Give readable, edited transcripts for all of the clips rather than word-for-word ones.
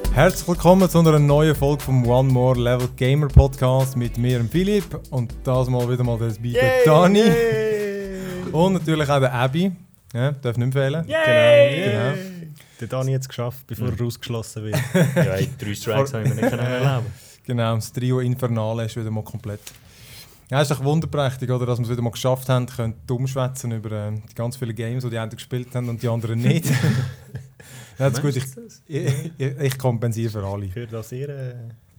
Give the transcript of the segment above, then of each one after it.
Herzlich willkommen zu einer neuen Folge vom One More Level Gamer Podcast mit mir, dem Philipp, und das mal wieder mal der Dani. Und natürlich auch der Abby. Ja, darf nicht fehlen. Genau. Der Dani hat es geschafft, bevor er rausgeschlossen wird. Ja, 3 Strikes habe ich mir nicht erleben. Genau, das Trio Infernale ist wieder mal komplett. Ja, es ist doch wunderprächtig, oder, dass wir es wieder mal geschafft haben, können dumm schwätzen über die ganz vielen Games, die einen gespielt haben und die anderen nicht. Ja, das ist gut, ich kompensiere für alle. Für das ihr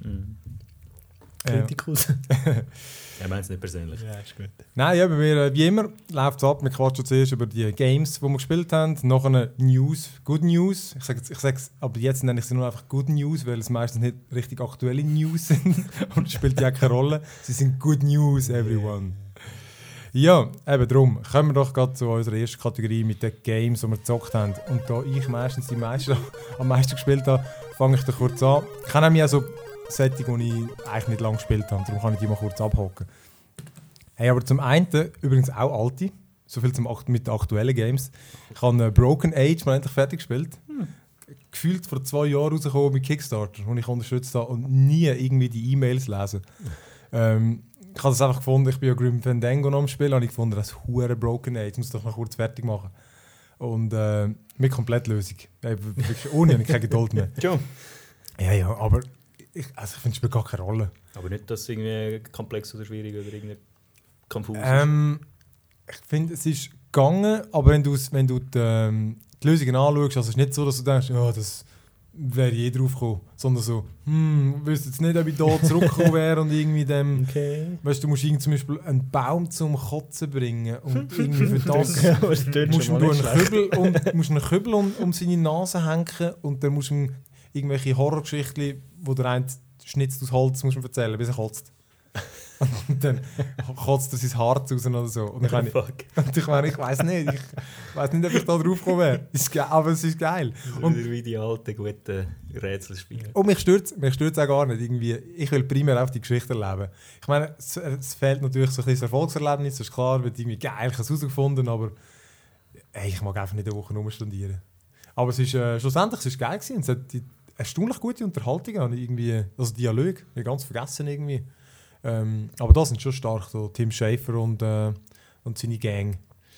Kritikus. Ich meine es nicht persönlich. Ja, ist gut. Nein, ja, bei mir, wie immer, läuft es ab. Wir quatschen zuerst über die Games, die wir gespielt haben. Nachher News, Good News. Ich sage aber jetzt nenne ich sie nur einfach Good News, weil es meistens nicht richtig aktuelle News sind. Und es spielt ja keine Rolle. Sie sind Good News, everyone. Ja, eben darum. Kommen wir doch gerade zu unserer ersten Kategorie mit den Games, die wir gezockt haben. Und da ich meistens die meisten am meisten gespielt habe, fange ich da kurz an. Ich habe nämlich auch so Setting, die ich eigentlich nicht lange gespielt habe. Darum kann ich die mal kurz abhaken. Hey, aber zum einen, übrigens auch alte, so viel mit den aktuellen Games. Ich habe Broken Age mal endlich fertig gespielt. Gefühlt vor 2 Jahren rausgekommen mit Kickstarter, den ich unterstützt habe und nie irgendwie die E-Mails lesen. Ich habe das einfach gefunden, ich bin ja Grim Fandango noch am Spielen, und ich gefunden, das ist hure Broken Age, ich muss doch noch kurz fertig machen. Und mit Komplettlösung. Wirklich ohne, ich habe keine Geduld mehr. Ja, aber ich finde, es spielt gar keine Rolle. Aber nicht, dass es irgendwie komplex oder schwierig oder irgendwie konfus ist. Ich finde, es ist gegangen, aber wenn du die Lösungen anschaust, also es ist nicht so, dass du denkst, ja, das wäre je drauf gekommen, sondern so, ich wüsste jetzt nicht, ob ich da zurückgekommen wäre und irgendwie dem, weißt du, musst irgendwie zum Beispiel einen Baum zum Kotzen bringen und irgendwie für das musst du einen Kübel um seine Nase hängen und dann musst du ihm irgendwelche Horrorgeschichten, wo der eine schnitzt aus Holz, musst du ihm erzählen, bis er kotzt. Und dann kotzt er sein Herz raus oder so. Und ich meine, ich weiss nicht, ob ich da drauf gekommen wäre. Aber es ist geil. Und wie die alten guten Rätselspiele. Und mich stört es auch gar nicht. Irgendwie, ich will primär auch die Geschichte erleben. Ich meine, es fehlt natürlich so ein bisschen das Erfolgserlebnis, das ist klar, wird irgendwie geil, ich habe es herausgefunden, aber ich mag einfach nicht eine Woche rumstudieren. Aber es ist, schlussendlich es ist geil gewesen. Es hat die erstaunlich gute Unterhaltung, irgendwie, also Dialog, ich ganz vergessen irgendwie. Aber das sind schon stark, so Tim Schafer und seine Gang.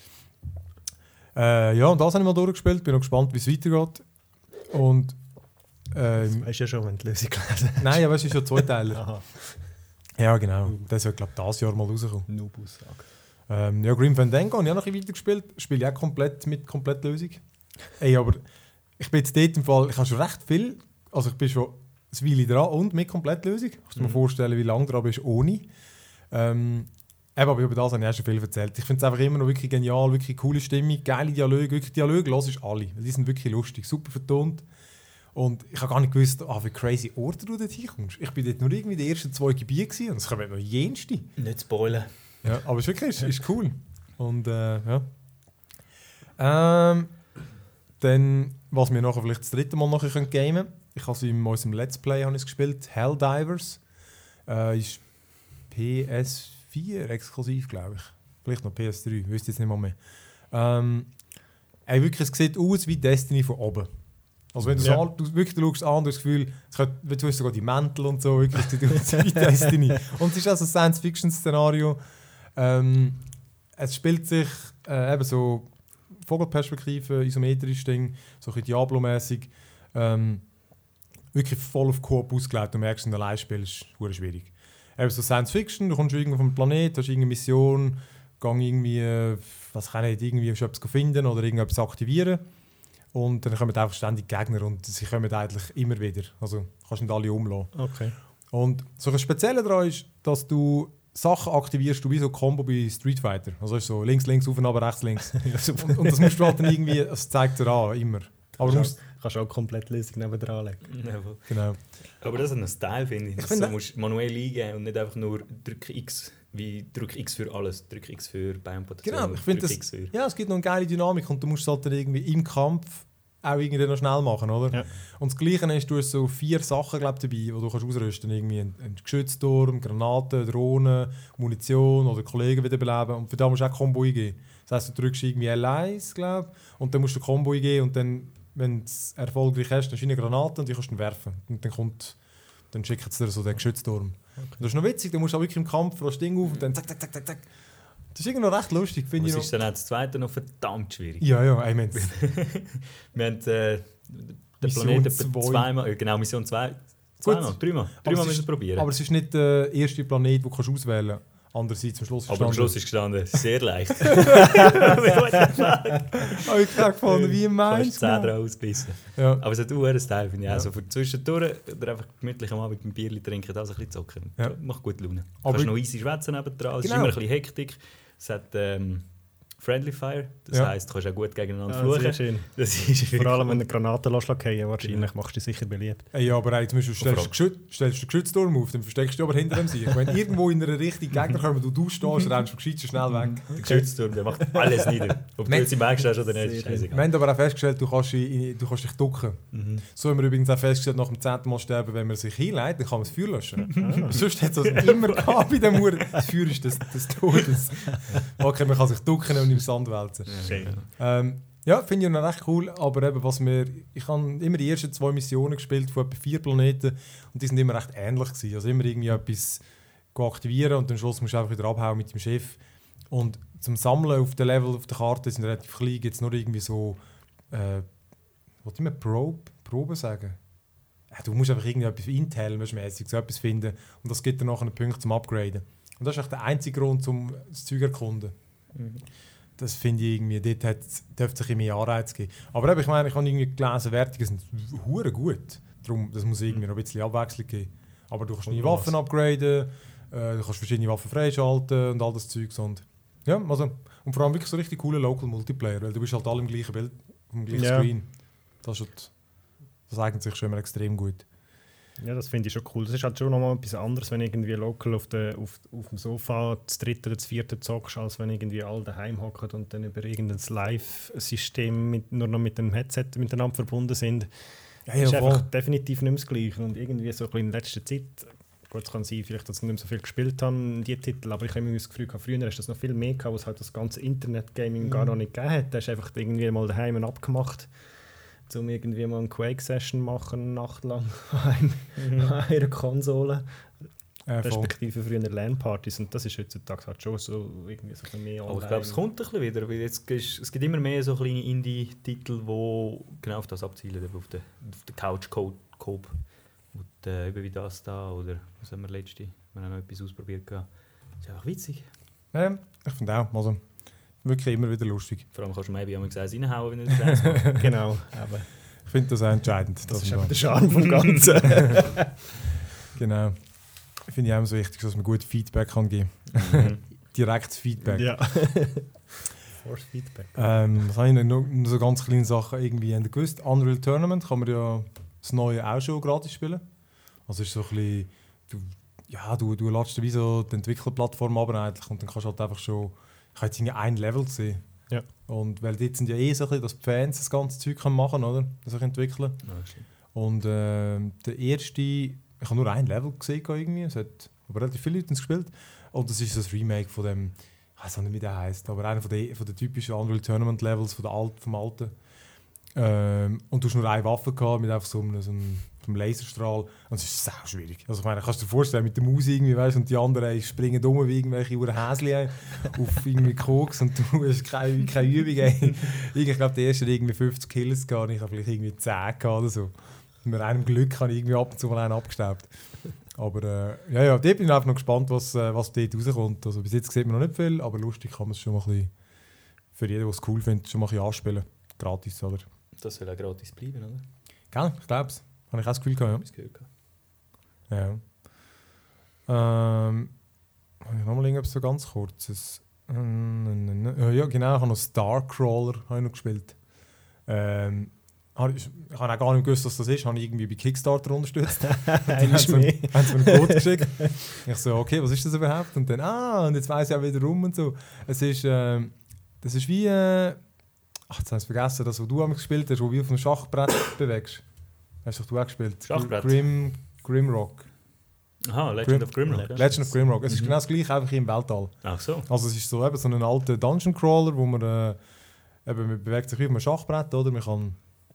Ja, und das habe ich mal durchgespielt, bin noch gespannt, wie es weitergeht. Und, das weißt du ja schon, wenn die Lösung lesen. Nein, aber es ist schon 2 Teile. Ja, genau. Das wird, glaube ich, dieses Jahr mal rauskommen. Noob-Aussage. Ja, Grim Fandango habe ich auch noch ein bisschen weitergespielt. Spiele ich auch komplett mit Komplettlösung. Ey, aber ich bin jetzt dort im Fall, ich habe schon recht viel, also ich bin schon eine Weile dran und mit Komplettlösung. Kannst du mir vorstellen, wie lange dran bist ohne. Aber über das habe ich auch schon viel erzählt. Ich finde es einfach immer noch wirklich genial, wirklich coole Stimmung, geile Dialoge, wirklich Dialoge hörst du alle. Die sind wirklich lustig, super vertont. Und ich habe gar nicht gewusst, wie crazy Orte du dort hinkommst. Ich bin dort nur irgendwie die ersten 2 Gebiete gewesen, und es kommen noch jenste. Nicht spoilern. Ja, aber es ist wirklich ist cool. Und ja. Dann, was wir nachher vielleicht das 3. Mal noch gamen können. Ich habe es in unserem Let's Play gespielt, Helldivers. Ist PS4 exklusiv, glaube ich. Vielleicht noch PS3, wüsste jetzt nicht mal mehr. Wirklich, es sieht aus wie Destiny von oben. Also wenn du du schaust an, du hast das Gefühl, du hast sogar die Mäntel und so, wirklich, du sieht aus wie Destiny. Und es ist also ein Science-Fiction-Szenario. Es spielt sich eben so Vogelperspektive, isometrisch Ding, so ein bisschen Diablo-mäßig. Wirklich voll auf Koop ausgelegt. Du merkst, wenn du allein spielst, ist es schwierig. Eben so Science Fiction, du kommst irgendwo vom Planeten, hast irgendeine Mission, gang irgendwie, was kann ich nicht, irgendwie etwas finden oder irgendetwas aktivieren. Und dann kommen einfach ständig Gegner und sie kommen eigentlich immer wieder. Also kannst nicht alle umlassen. Okay. Und so ein Spezielle daran ist, dass du Sachen aktivierst, du wie so ein Combo bei Street Fighter. Also ist so links, links, auf und runter, rechts, links. und das musst du halt dann irgendwie, das zeigt dir an, immer. Aber du kannst auch komplett Lösung nebendran legen. Ja, genau. Aber das ist ein Style, finde ich. Du musst manuell eingeben und nicht einfach nur Drück X, wie Drück X für alles, Drück X für Beinposition. Genau, ich finde es gibt noch eine geile Dynamik und du musst es halt dann irgendwie im Kampf auch irgendwie noch schnell machen, oder? Ja. Und das Gleiche ist, du hast so 4 Sachen dabei, die du kannst ausrüsten kannst. Irgendwie ein Geschützturm, Granaten, Drohnen, Munition oder Kollegen wiederbeleben. Und für das musst du auch Combo eingeben. Das heisst, du drückst irgendwie L1, glaube ich, und dann musst du Combo eingeben und dann wenn du es erfolgreich hast, dann ist eine Granate und die kannst du dann werfen. Und dann schickt es dir so den Geschützturm. Okay. Das ist noch witzig, dann musst du auch wirklich im Kampf das Ding auf und dann zack, zack, zack, zack, zack. Das ist irgendwie noch recht lustig, finde ich. Das ist dann auch das Zweite noch verdammt schwierig. Ja, ich meine wir haben den Planeten zweimal, genau, Mission 2, dreimal müssen probieren. Aber es ist nicht der erste Planet, den du auswählen kannst. Andererseits am Schluss aber am Schluss ist gestanden, sehr leicht. Habe ich gerade gefunden, wie meinst du? Fast 10 ausgebissen. Ja. Aber es hat auch einen Style, finde ich. Also für zwischendurch oder einfach gemütlich am Abend ein Bierchen trinken, das ein bisschen zocken. Ja. Macht gut Laune. Du kannst noch easy schwätzen nebendran. Es ist immer ein bisschen Hektik. Es hat Friendly Fire, das heisst, du kannst auch gut gegeneinander fluchen. Sehr schön. Das ist vor allem, wenn du Granaten lässt, wahrscheinlich machst du dich sicher beliebt. Ja, aber zum Beispiel stellst du den Geschützturm auf, dann versteckst du aber hinter dem Sieg. Wenn irgendwo in einer Richtung Gegner kommen, du stehst, rennst du gescheit schnell weg. Der Geschützturm, der macht alles nieder. Ob du jetzt im Weg stehst oder nicht, ist scheißegal. Wir haben aber auch festgestellt, du kannst dich ducken. So haben wir übrigens auch festgestellt, nach dem 10. Mal sterben, wenn man sich hinlegt, dann kann man das Feuer löschen. Sonst hat es immer gehabt bei dem Uhr. Das Feuer ist des Todes. Okay, man kann sich ducken und im Sand wälzen. Ja, finde ich noch recht cool, aber eben, ich habe immer die ersten 2 Missionen gespielt von etwa 4 Planeten und die sind immer recht ähnlich gewesen. Also immer irgendwie etwas aktivieren und am Schluss musst du einfach wieder abhauen mit dem Schiff. Und zum Sammeln auf den Level auf der Karte sind relativ klein, gibt es nur irgendwie so, wollte ich mal Probe sagen? Du musst einfach irgendwie etwas Intel-mäßig so etwas finden und das gibt dir nachher einen Punkt zum Upgraden. Und das ist echt der einzige Grund, um das Zeug zu erkunden. Das finde ich irgendwie, dort dürfte sich mehr Anreiz geben. Aber eben, ich meine, ich habe irgendwie gelesen, Wertungen sind hure gut. Darum, das muss irgendwie noch ein bisschen Abwechslung geben. Aber du kannst deine Waffen upgraden, du kannst verschiedene Waffen freischalten und all das Zeugs. Und ja, also, und vor allem wirklich so richtig cooler Local Multiplayer, weil du bist halt alle im gleichen Bild, im gleichen Screen. Das eignet sich schon immer extrem gut. Ja, das finde ich schon cool. Das ist halt schon nochmal etwas anderes, wenn irgendwie local auf dem Sofa das 3. oder das 4. zockst, als wenn irgendwie alle daheim hocken und dann über irgendein Live-System nur noch mit dem Headset miteinander verbunden sind. Ja, das ist einfach definitiv nicht mehr das Gleiche. Und irgendwie so in letzter Zeit, gut, es kann sein, vielleicht, dass ich nicht mehr so viel gespielt habe, die Titel, aber ich habe immer das Gefühl, früher hast du das noch viel mehr gehabt, was halt das ganze Internet-Gaming gar noch nicht gegeben hat. Da hast du einfach irgendwie mal daheim abgemacht, um irgendwie mal eine Quake-Session machen, eine Nacht lang an einer Konsole. Respektive früher LAN-Partys. Und das ist heutzutage halt schon so irgendwie so ein mehr online. Aber ich glaube, es kommt ein bisschen wieder. Weil es gibt immer mehr so kleine Indie-Titel, die genau auf das abzielen, auf den Couch-Coop. Eben wie das da, oder was haben wir letzte? Wir haben noch etwas ausprobiert. Das ist einfach witzig. Ja, ich finde auch. Also, wirklich immer wieder lustig. Vor allem kannst du maybe auch mal reinhauen, wenn du das machst. Genau. Aber ich finde das auch entscheidend. Das ist der Charme vom Ganzen. Genau. Ich finde auch so wichtig, dass man gut Feedback kann geben kann. Direktes Feedback. Ja. Force Feedback. Was habe ich noch so ganz kleine Sachen irgendwie gewusst? Unreal Tournament kann man ja das Neue auch schon gratis spielen. Also ist so ein bisschen, du ladest wie so die Entwicklerplattform ab eigentlich und dann kannst du halt einfach schon, ich habe jetzt irgendwie ein Level gesehen. Ja. Und weil dort sind ja so ein bisschen, dass die Fans das ganze Zeug machen können, oder? Das sich entwickeln. Ja, und der erste, ich habe nur ein Level gesehen irgendwie, es hat aber relativ viele Leute gespielt. Und das ist das Remake von dem, ich weiß nicht, wie der heisst, aber einer von den typischen Unreal Tournament Levels vom Alten. Und du hast nur eine Waffe gehabt mit einfach so einem Laserstrahl. Und es ist sehr schwierig. Also ich meine, kannst du dir vorstellen, mit der Maus irgendwie, weißt, und die anderen springen um wie irgendwelche Häschen auf irgendwie Koks und du hast keine Übung. Ich glaube, der erste hat irgendwie 50 Kills gehabt und ich habe vielleicht irgendwie 10 gehabt oder so. Und mit einem Glück habe ich irgendwie ab und zu mal einen abgestaubt. Aber dort bin ich einfach noch gespannt, was dort rauskommt. Also bis jetzt sieht man noch nicht viel, aber lustig kann man es schon mal ein bisschen, für jeden, der es cool findet, schon mal ein bisschen anspielen. Gratis, oder? Das soll auch gratis bleiben, oder? Gell, ich glaube es. Habe ich auch das Gefühl gehabt, ja. Habe ich noch mal irgendwas so ganz kurzes? Ja, genau, ich habe noch Starcrawler noch gespielt. Ich habe auch gar nicht gewusst, was das ist. Habe ich irgendwie bei Kickstarter unterstützt. Haben sie mir einen Code geschickt. Ich so, okay, was ist das überhaupt? Und dann, und jetzt weiss ich auch wieder rum und so. Das ist wie... jetzt habe ich vergessen, das, was du gespielt hast, wo du auf dem Schachbrett bewegst. Hast du auch gespielt? Schachbrett? Grimrock. Aha, Legend of Grimrock. Legend of Grimrock. Es ist genau das gleiche, einfach im Weltall. Ach so. Also es ist so ein alter Dungeon Crawler, wo man bewegt sich wie auf einem Schachbrett, oder? Man kann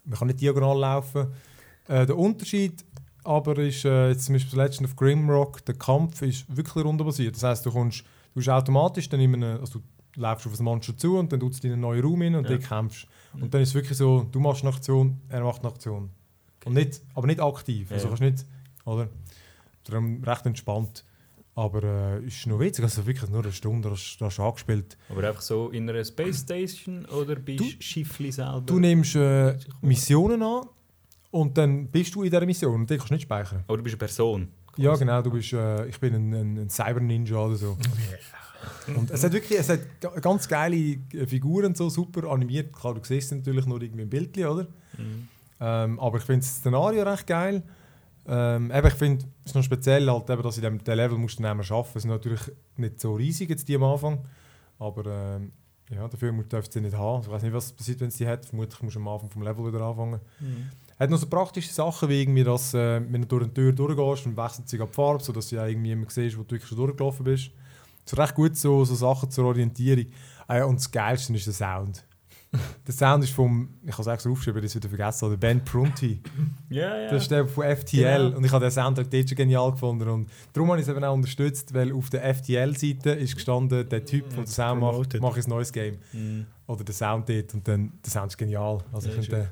man kann nicht diagonal laufen. Der Unterschied aber ist, jetzt zum Beispiel Legend of Grimrock, der Kampf ist wirklich rundenbasiert. Das heisst, du bist automatisch, dann du läufst auf ein Monster zu und dann tut es in einen neuen Raum hin und dann kämpfst. Und dann ist es wirklich so, du machst eine Aktion, er macht eine Aktion. Und aber nicht aktiv. Also kannst nicht, oder? Darum recht entspannt. Aber ist noch witzig, also wirklich nur eine Stunde hast du angespielt. Aber einfach so in einer Space Station oder bist du Schiffli selber? Du nimmst Missionen an und dann bist du in dieser Mission und die kannst du nicht speichern. Oder du bist eine Person? Quasi. Ja genau, ich bin ein Cyber-Ninja oder so. Und es hat ganz geile Figuren, so super animiert. Klar, du siehst es natürlich nur irgendwie im Bild, oder? Aber ich finde das Szenario recht geil. Ich finde es noch speziell, halt, eben, dass in diesem Level musst du dann arbeiten. Es ist natürlich nicht so riesig jetzt die am Anfang, aber dafür darfst du sie nicht haben. Ich weiß nicht, was passiert, wenn es die hat. Vermutlich musst du am Anfang vom Level wieder anfangen. Hat noch so praktische Sachen, wie irgendwie, dass wenn du durch eine Tür durchgehst und wechselt sich die Farbe, sodass du ja irgendwie immer siehst, wo du wirklich schon durchgelaufen bist. Das ist recht gut, so Sachen zur Orientierung. Und das Geilste ist der Sound. Der Sound ist vom, ich habe es extra aufgeschrieben, das wieder vergessen, der Ben Prunty. Ja. Das ist der von FTL. Genau. Und ich habe den Soundtrack dort schon genial gefunden. Und darum habe ich es eben auch unterstützt, weil auf der FTL-Seite ist gestanden, der Typ, der den Sound macht, mache ich ein neues Game. Oder der Sound dort. Und dann, der Sound ist genial. Also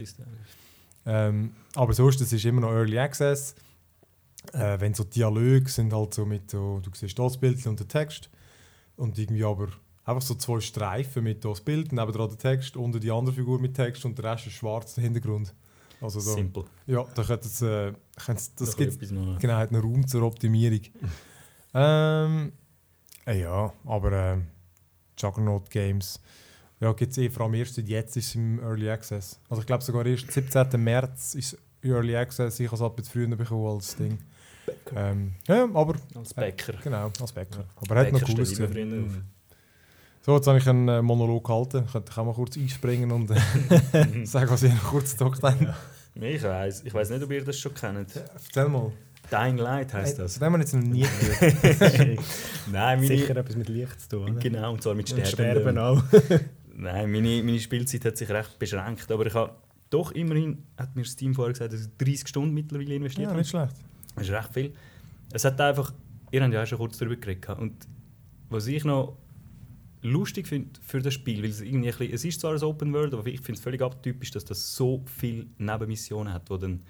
aber sonst, das ist immer noch Early Access. Wenn so Dialoge sind halt so mit so, du siehst das Bild und den Text. Und irgendwie aber einfach so 2 Streifen mit das Bild, nebendran der Text, unter die andere Figur mit Text und der Rest ist schwarz, der Hintergrund. Also da, simpel. Ja, da könnte das gibt genau einen Raum zur Optimierung. Aber Juggernaut Games gibt es vor allem erst jetzt ist es im Early Access. Also ich glaube sogar erst 17. März ist Early Access. Ich habe es halt ein bisschen früher bekommen als Ding. Aber als Bäcker. Genau, als Bäcker. Aber er hat noch cooles gesehen. So, jetzt habe ich einen Monolog gehalten. Ich auch mal kurz einspringen und sagen, was ich noch kurz gesagt habe. Ich weiss nicht, ob ihr das schon kennt. Erzähl mal. Dying Light heisst das. Das haben wir jetzt noch nie gehört. Nein, sicher etwas mit Licht zu tun. Oder? Genau, und zwar mit Sterben auch. Nein, meine Spielzeit hat sich recht beschränkt, aber ich habe doch immerhin, hat mir das Team vorher gesagt, dass ich 30 Stunden mittlerweile investiert habe. Ja, nicht schlecht. Das ist recht viel. Es hat einfach, ihr habt ja auch schon kurz darüber geredet, und was ich noch lustig finde für das Spiel, weil es ist zwar ein Open World, aber ich finde es völlig atypisch, dass das so viele Nebenmissionen hat,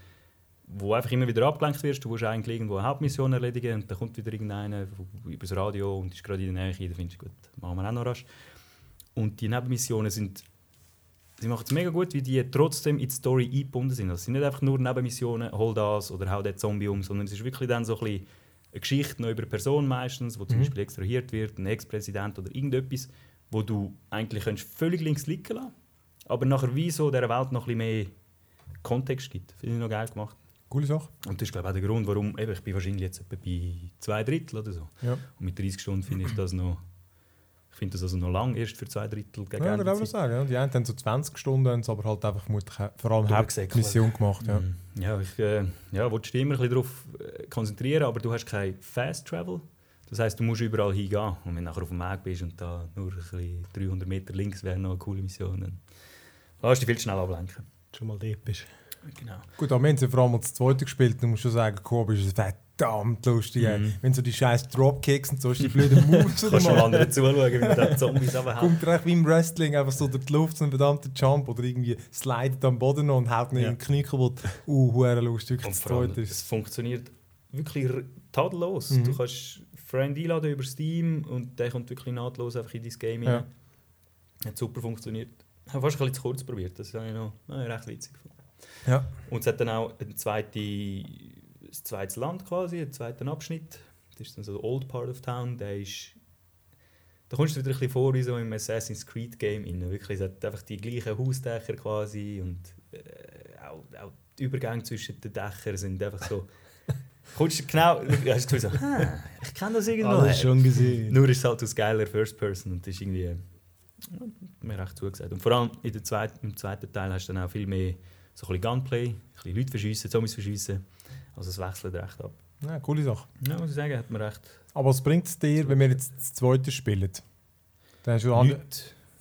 wo einfach immer wieder abgelenkt wirst. Du willst eigentlich irgendwo eine Hauptmission erledigen und dann kommt wieder irgendeiner über das Radio und ist gerade in der Nähe. Da findest du, gut, machen wir auch noch rasch. Und die Nebenmissionen sie machen es mega gut, wie die trotzdem in die Story eingebunden sind. Also es sind nicht einfach nur Nebenmissionen, hol das oder hau den Zombie um, sondern es ist wirklich dann so ein bisschen eine Geschichte noch über eine Person meistens, wo zum Beispiel extrahiert wird, ein Ex-Präsident oder irgendetwas, wo du eigentlich völlig links liegen lassen, aber nachher wie so dieser Welt noch ein bisschen mehr Kontext gibt. Finde ich noch geil gemacht. Coole Sache. Und das ist, glaube ich, auch der Grund, warum ich bin wahrscheinlich jetzt etwa bei 2/3 oder so. Ja. Und mit 30 Stunden finde ich das noch... Ich finde das also noch lang, erst für 2/3 gegen Ende Zeit. Sagen, ja. Die einen haben so 20 Stunden, haben es aber halt einfach vor allem Hauptmission gemacht. Ja, ich wollte dich immer ein bisschen darauf konzentrieren, aber du hast kein Fast Travel. Das heisst, du musst überall hingehen. Und wenn du nachher auf dem Weg bist und da nur ein bisschen 300 Meter links wäre noch eine coole Mission, dann kannst du dich viel schnell ablenken. Schon mal episch. Genau. Gut, aber wir haben vor allem das zweite gespielt, du musst schon sagen, Coop ist verdammt lustig. Wenn so die scheiß Dropkicks und so ist die blöden Moves. Du kannst schon anderen zuschauen, wie man da Zombies runterhaut. Kommt recht wie im Wrestling, einfach so durch die Luft, so ein verdammter Jump oder irgendwie slidet am Boden und haut ihn in den Knie kaputt. Huere lustig. Und vor allem, es funktioniert wirklich tadellos. Du kannst Friend einladen über Steam und der kommt wirklich nahtlos einfach in dein Game rein. Hat super funktioniert. Ich habe fast ein bisschen zu kurz probiert, das habe ich noch recht witzig gefunden. Ja. Und es hat dann auch ein zweites Land quasi, einen zweiten Abschnitt. Das ist dann so der Old Part of Town. Da kommst du wieder ein bisschen vor wie so im Assassin's Creed Game. Wirklich, es hat einfach die gleichen Hausdächer quasi und auch die Übergänge zwischen den Dächern sind einfach so... Kommst du genau... Hast du so, ich kenne das irgendwo. Alles schon gesehen. Nur ist es halt aus geiler First Person und das ist irgendwie... mir recht zugesagt. Und vor allem im zweiten Teil hast du dann auch viel mehr so ein bisschen Gunplay, ein bisschen Leute verschiessen, Zombies verschiessen. Also es wechselt recht ab. Ja, coole Sache. Ja, muss ich sagen, hat mir recht... Aber was bringt es dir, wenn wir jetzt das zweite spielen? Dann hast du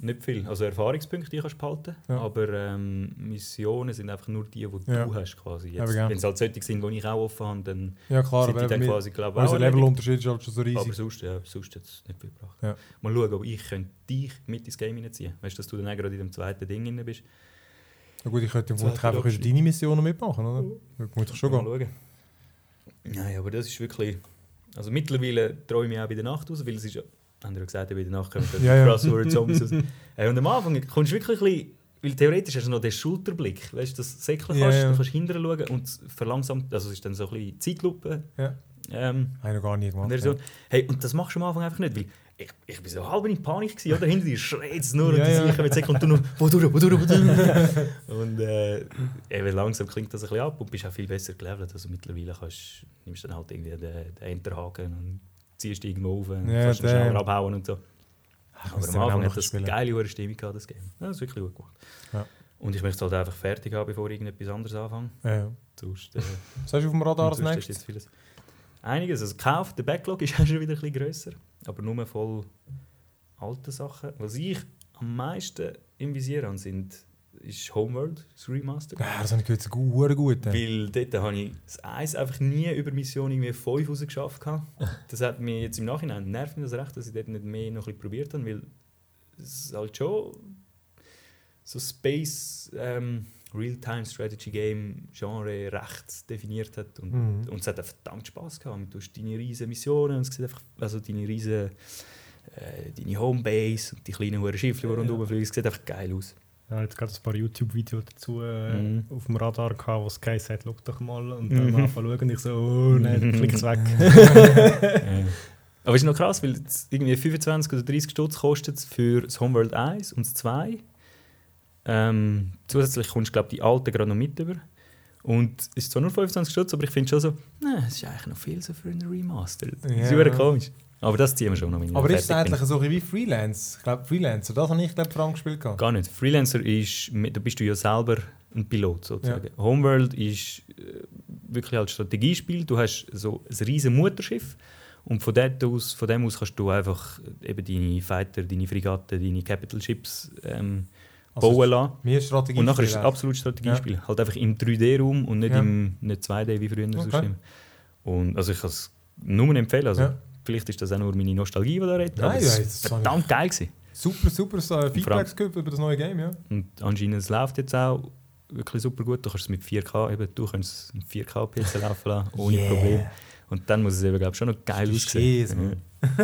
nicht viel. Also Erfahrungspunkte die kannst du behalten, aber Missionen sind einfach nur die du hast quasi. Wenn es halt solche sind, die ich auch offen habe, dann klar, sind die dann quasi, glaube ich, unser Levelunterschied ist halt schon so riesig. Aber sonst hat es nicht viel gebracht. Ja. Mal schauen, ob ich dich mit ins Game reinziehen könnte. Weißt du, dass du dann auch gerade in dem zweiten Ding drin bist. Na gut, ich könnte einfach deine Missionen mitmachen, oder? Das muss ich schon gehen. Nein, aber das ist wirklich... Also mittlerweile träume ich auch bei der Nacht aus, weil es ist ja... Haben wir ja gesagt, bei der Nacht kommen Crossword Zombies raus. Und am Anfang kommst du wirklich ein bisschen... Weil theoretisch hast du noch den Schulterblick. Weißt du, dass du säckeln kannst, du kannst hinterher schauen und verlangsamt... Also es ist dann so ein bisschen Zeitlupe. Ja. Habe ich noch gar nie gemacht. Version. Hey, und das machst du am Anfang einfach nicht, weil... Ich war so halb in Panik gewesen, oder? Hinter dir schreit es nur und die Sicher mit Säckeln und du nur wo durch. Und eben langsam klingt das ein bisschen ab und bist auch viel besser gelevelt. Also mittlerweile nimmst du dann halt irgendwie den Enterhaken und ziehst irgendwo auf und kannst ihn schneller abhauen und so. Aber am Anfang hat das eine geile Stimmung gehabt, das Game. Ja, das ist wirklich gut gemacht. Ja. Und ich möchte es halt einfach fertig haben, bevor ich irgendetwas anderes anfange. Ja. Sonst, was hast du auf dem Radar als nächstes? Einiges. Also gekauft, der Backlog ist auch schon wieder ein bisschen grösser. Aber nur voll alte Sachen. Was ich am meisten im Visier habe, ist Homeworld, das Remaster. Ja, das habe ich gehört, gut. Weil dort habe ich das 1 einfach nie über Mission 5 rausgeschafft. Das hat mir jetzt im Nachhinein nervt mir das recht, dass ich dort nicht mehr noch ein bisschen probiert habe, weil es halt schon so Space Real-Time-Strategy-Game-Genre recht definiert hat. Und es hat verdammt Spass gehabt. Du hast deine riesen Missionen, und es sieht einfach, also deine riesen deine Homebase und die kleinen Schiffe, die rundherum fliegen. Es sieht einfach geil aus. Ja, jetzt gerade ein paar YouTube-Videos dazu auf dem Radar gehabt, wo es geheißen hat, schau doch mal. Und dann am Anfang schauen und ich so, oh nein, klick's weg. Aber es ist noch krass, weil es irgendwie 25 oder 30 Stutz kostet für das Homeworld 1 und das 2. Zusätzlich kommst du, glaube ich, die alten gerade noch mit über. Und es ist zwar nur 25 Stutz, aber ich finde schon so, es ist eigentlich noch viel so für einen Remaster. Das ist super komisch. Aber das ziehen wir schon noch mit. Aber ist es eigentlich so wie Freelance? Ich glaube, Freelancer, das habe ich vor allem gespielt. Gar nicht. Freelancer ist, da bist du ja selber ein Pilot sozusagen. Ja. Homeworld ist wirklich ein Strategiespiel. Du hast so ein riesen Mutterschiff und von dem aus kannst du einfach eben deine Fighter, deine Fregatten, deine Capital Ships bauen lassen. Mehr Strategiespiel. Und nachher ist es ein absolutes Strategiespiel. Ja. Halt einfach im 3D-Raum und nicht nicht 2D wie früher. Okay. Und also ich kann es nur empfehlen. Also, vielleicht ist das auch nur meine Nostalgie, die da redet. Nein, aber es war verdammt geil gewesen. Super Feedbacks über das neue Game, ja. Und anscheinend es läuft jetzt auch wirklich super gut. Du kannst es mit 4K, eben, du kannst es mit 4K-PC laufen lassen, ohne Probleme. Und dann muss es eben, glaube ich, schon noch geil aussehen.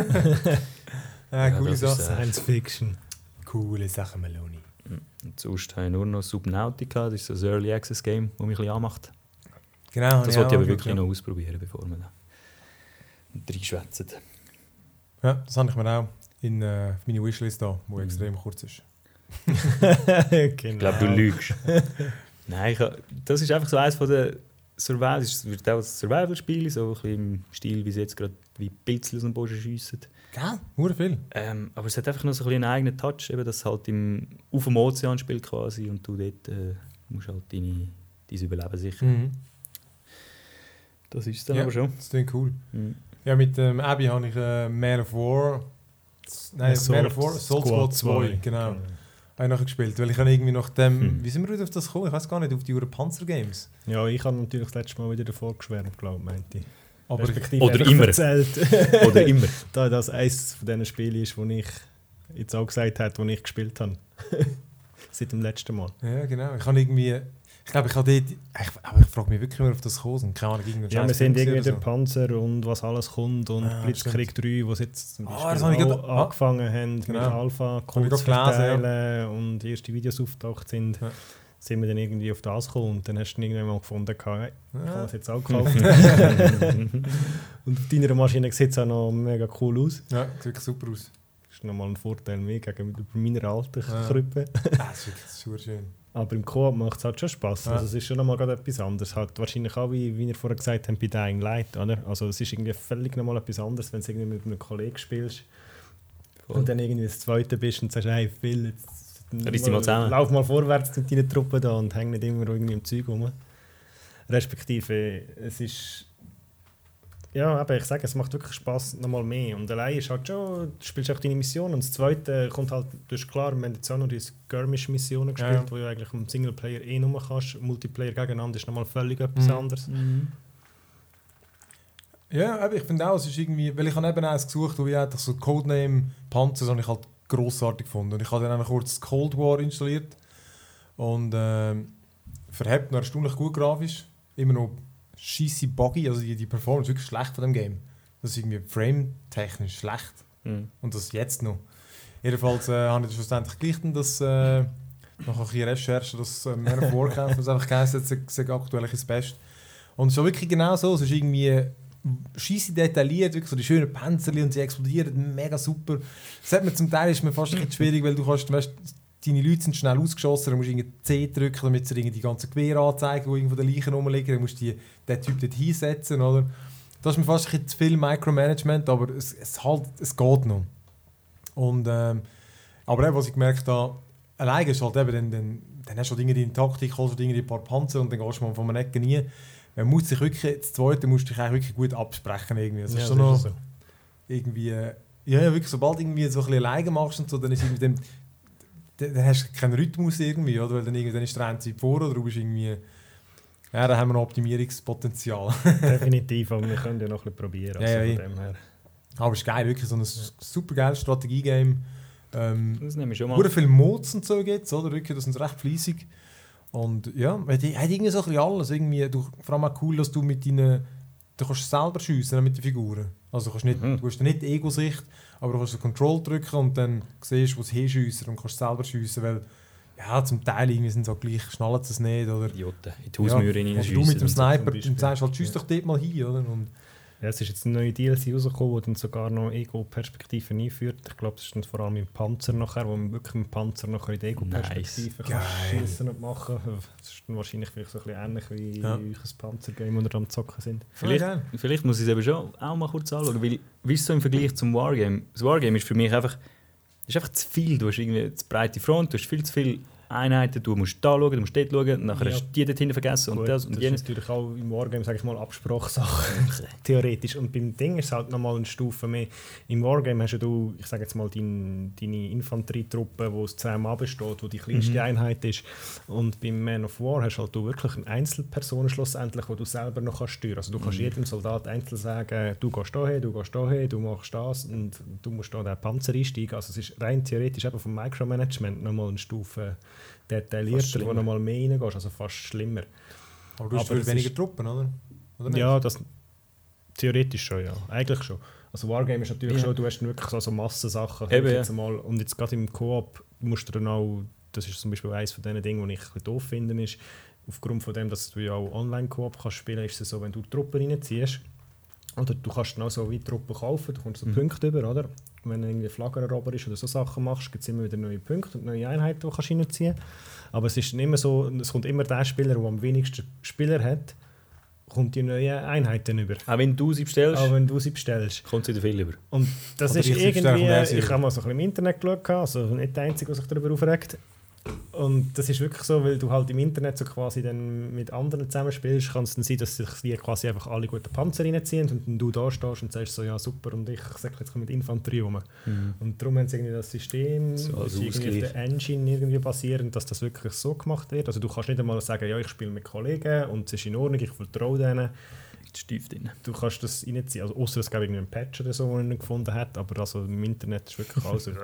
Coole Sache. Science Fiction. Coole Sache, Meloni. Und sonst habe ich nur noch Subnautica, das ist so ein Early Access Game, das mich ein bisschen anmacht. Genau. Das wollte ich aber wirklich noch ausprobieren, bevor wir da reinschwätzen. Ja, das habe ich mir auch in meine Wishlist da, die extrem kurz ist. Genau. Ich glaube, du lügst. Nein, das ist einfach so eines von den Survival. Es wird auch ein Survival-Spiel, so ein bisschen im Stil, wie sie jetzt gerade wie Pilze aus dem Boden schiessen. Gell? Nur viel. Aber es hat einfach noch so ein bisschen einen eigenen Touch, eben, dass es halt auf dem Ozean spielt quasi und du dort musst halt dein Überleben sichern. Das ist es dann aber schon. Das klingt cool. Ja, mit Abby habe ich Man of War. Nein, Man of War, Assault Squad 2, genau. Habe ich nachher gespielt, weil ich habe irgendwie nach dem... Wie sind wir auf das gekommen? Ich weiß gar nicht, auf die Panzer-Games. Ja, ich habe natürlich das letzte Mal wieder davor geschwärmt, glaube ich, meinte ich. Aber oder immer. Oder immer. Da das eines von diesen Spielen ist, wo ich jetzt auch gesagt habe, wo ich gespielt habe. Seit dem letzten Mal. Ja, genau. Ich habe irgendwie... Ich glaube, ich habe dort... Aber ich frage mich wirklich, wie wir auf das kommen. Keine Ahnung, ja, wir sind irgendwie der Panzer und was alles kommt und Blitzkrieg 3, wo sie jetzt zum Beispiel angefangen haben mit Alpha, Codes verteilen und erste Videos auftaucht sind. Ja. Sind wir dann irgendwie auf das gekommen und dann hast du irgendwann mal gefunden, ich kann das jetzt auch kaufen. Und auf deiner Maschine sieht es auch noch mega cool aus. Ja, sieht wirklich super aus. Das ist nochmal ein Vorteil mehr gegenüber meiner alten Krüppe. Das ist wirklich super schön. Aber im Koop macht es halt schon Spass. Ja. Also es ist schon nochmal etwas anderes. Halt wahrscheinlich auch, wie ihr vorher gesagt habt, bei Dying Light. Oder? Also es ist irgendwie völlig nochmal etwas anderes, wenn du irgendwie mit einem Kollegen spielst und dann irgendwie das Zweite bist und sagst, hey Phil, lauf mal vorwärts mit deinen Truppen da und häng nicht immer irgendwie im Zeug rum. Respektive, es ist Ja, aber ich sage, es macht wirklich Spass nochmal mehr. Und allein ist halt schon, du spielst auch deine Mission. Und das Zweite kommt halt, du hast klar, wir haben jetzt auch noch diese Skirmish-Missionen gespielt, wo du eigentlich im Singleplayer nur kannst. Multiplayer gegeneinander ist nochmal völlig etwas anderes. Ja, aber ich finde auch, es ist irgendwie, weil ich habe eben eins gesucht, wo ich eigentlich so Codename Panzer, das habe ich halt grossartig gefunden. Und ich habe dann kurz Cold War installiert und verhebt noch erstaunlich gut grafisch. Immer noch scheisse buggy, also die Performance ist wirklich schlecht von dem Game. Das ist irgendwie frame-technisch schlecht. Und das jetzt noch. Jedenfalls habe ich das schlussendlich gelichtet, dass nach ein bisschen Recherche, dass mehr vorkämpft, was einfach geheißen hat, es ist aktuell das Beste. Und es ist auch wirklich genau so, es ist irgendwie scheisse detailliert, wirklich so die schönen Panzerli und sie explodieren, mega super. Das hat mir zum Teil ist mir fast ein bisschen schwierig, weil du kannst, weißt, deine Leute sind schnell ausgeschossen, dann musst du irgendwie C drücken, damit sie die ganzen Gewehre anzeigen, die irgendwo den Leichen rumliegen, dann musst du den Typ dort hinsetzen, oder? Das ist mir fast ein bisschen zu viel Micromanagement, aber es geht noch. Und, aber eben, was ich gemerkt habe, alleine ist halt eben, dann hast du Dinge in Taktik, also Dinge in ein paar Panzer und dann gehst du mal von einer Ecke nie. Man muss sich wirklich, das Zweite musst du dich eigentlich wirklich gut absprechen irgendwie. Das ist so noch so. Irgendwie, ja, wirklich, sobald irgendwie so ein bisschen alleine machst und so, dann ist irgendwie dann hast du keinen Rhythmus irgendwie, oder? Weil dann ist der eine Zeit vor oder du bist irgendwie, ja, da haben wir noch Optimierungspotenzial. Definitiv, aber wir können ja noch ein bisschen probieren. Also ja, von dem her. Aber es ist geil, wirklich so ein super geiles Strategie-Game. Das nehme ich schon mal. Viele Mods und so gibt es, oder? Wirklich, das sind recht fleissig. Und ja, hat irgendwie so ein bisschen alles. Irgendwie, vor allem auch cool, dass du mit deinen... Du kannst selber schiessen mit den Figuren. Also du hast nicht die Ego-Sicht, aber du kannst den Control drücken und dann siehst du, wo es hinschiessen und kannst selber schiessen, weil ja, zum Teil irgendwie sind sie auch gleich, schnallen sie es nicht. Oder, Idioten, in die Hausmauer reinschiessen. Du mit dem Sniper, du sagst halt, schiess doch dort mal hin, oder? Und ja, es ist jetzt eine neue DLC rausgekommen, die dann sogar noch Ego-Perspektiven einführt. Ich glaube, das ist dann vor allem im Panzer nachher, wo man wirklich im Panzer nachher in die Ego-Perspektive schiessen und machen kann. Das ist dann wahrscheinlich vielleicht so ein bisschen ähnlich wie ein Panzer-Game, wo wir am Zocken sind. Vielleicht muss ich es eben schon auch mal kurz anschauen, weil, wie ist es so im Vergleich zum Wargame? Das Wargame ist für mich einfach zu viel. Du hast irgendwie eine breite Front, du hast viel zu viel Einheiten, du musst da schauen, du musst dort schauen, nachher hast du die dort hinten vergessen. Gut, und das und jenes. Das ist natürlich auch im Wargame, sage ich mal, Absprachsache, theoretisch. Und beim Ding ist es halt nochmal eine Stufe mehr. Im Wargame hast du, ich sage jetzt mal, deine Infanterietruppe, die aus 10 Mann besteht, die die kleinste Einheit ist. Und beim Man of War hast halt du wirklich eine Einzelperson schlussendlich, die du selber noch steuern kannst. Also du kannst jedem Soldat einzeln sagen, du gehst hierher, du machst das und du musst da den Panzer einsteigen. Also es ist rein theoretisch eben vom Micromanagement nochmal eine Stufe detaillierter, wo noch mal mehr reingehst, also fast schlimmer. Aber du hast weniger Truppen, oder ja, das theoretisch schon, ja. Eigentlich schon. Also Wargame ist natürlich schon, du hast wirklich so Massensachen. Jetzt mal, und jetzt gerade im Koop musst du dann auch, das ist zum Beispiel eines von den Dingen, die ich ein bisschen doof finde, ist, aufgrund von dem, dass du ja auch Online-Koop kannst spielen, ist es so, wenn du Truppen reinziehst, oder du kannst dann auch so wie Truppen kaufen, du kommst so Punkte über, oder? Wenn irgendwie Flaggenerober ist oder so Sachen machst, gibt es immer wieder neue Punkte und neue Einheiten, die du reinziehen kannst. Aber es ist immer so, es kommt immer der Spieler, der am wenigsten Spieler hat, kommt die neuen Einheiten über. Auch wenn du sie bestellst? Auch wenn du sie bestellst. Kommt sie viel über. Und das ist irgendwie, ich habe mal so ein bisschen im Internet geschaut, also nicht der Einzige, der sich darüber aufregt. Und das ist wirklich so, weil du halt im Internet so quasi dann mit anderen zusammenspielst, kann es dann sein, dass sich die quasi einfach alle guten Panzer reinziehen und dann du da stehst und sagst so, ja super, und ich sage jetzt mit Infanterie rum. Und darum haben sie irgendwie das System, so das irgendwie auf der Engine irgendwie basierend, dass das wirklich so gemacht wird. Also du kannst nicht einmal sagen, ja, ich spiele mit Kollegen und es ist in Ordnung, ich vertraue denen. Du kannst das reinziehen, also außer es gab irgendeinen Patch oder so, den er gefunden hat, aber also im Internet ist wirklich alles so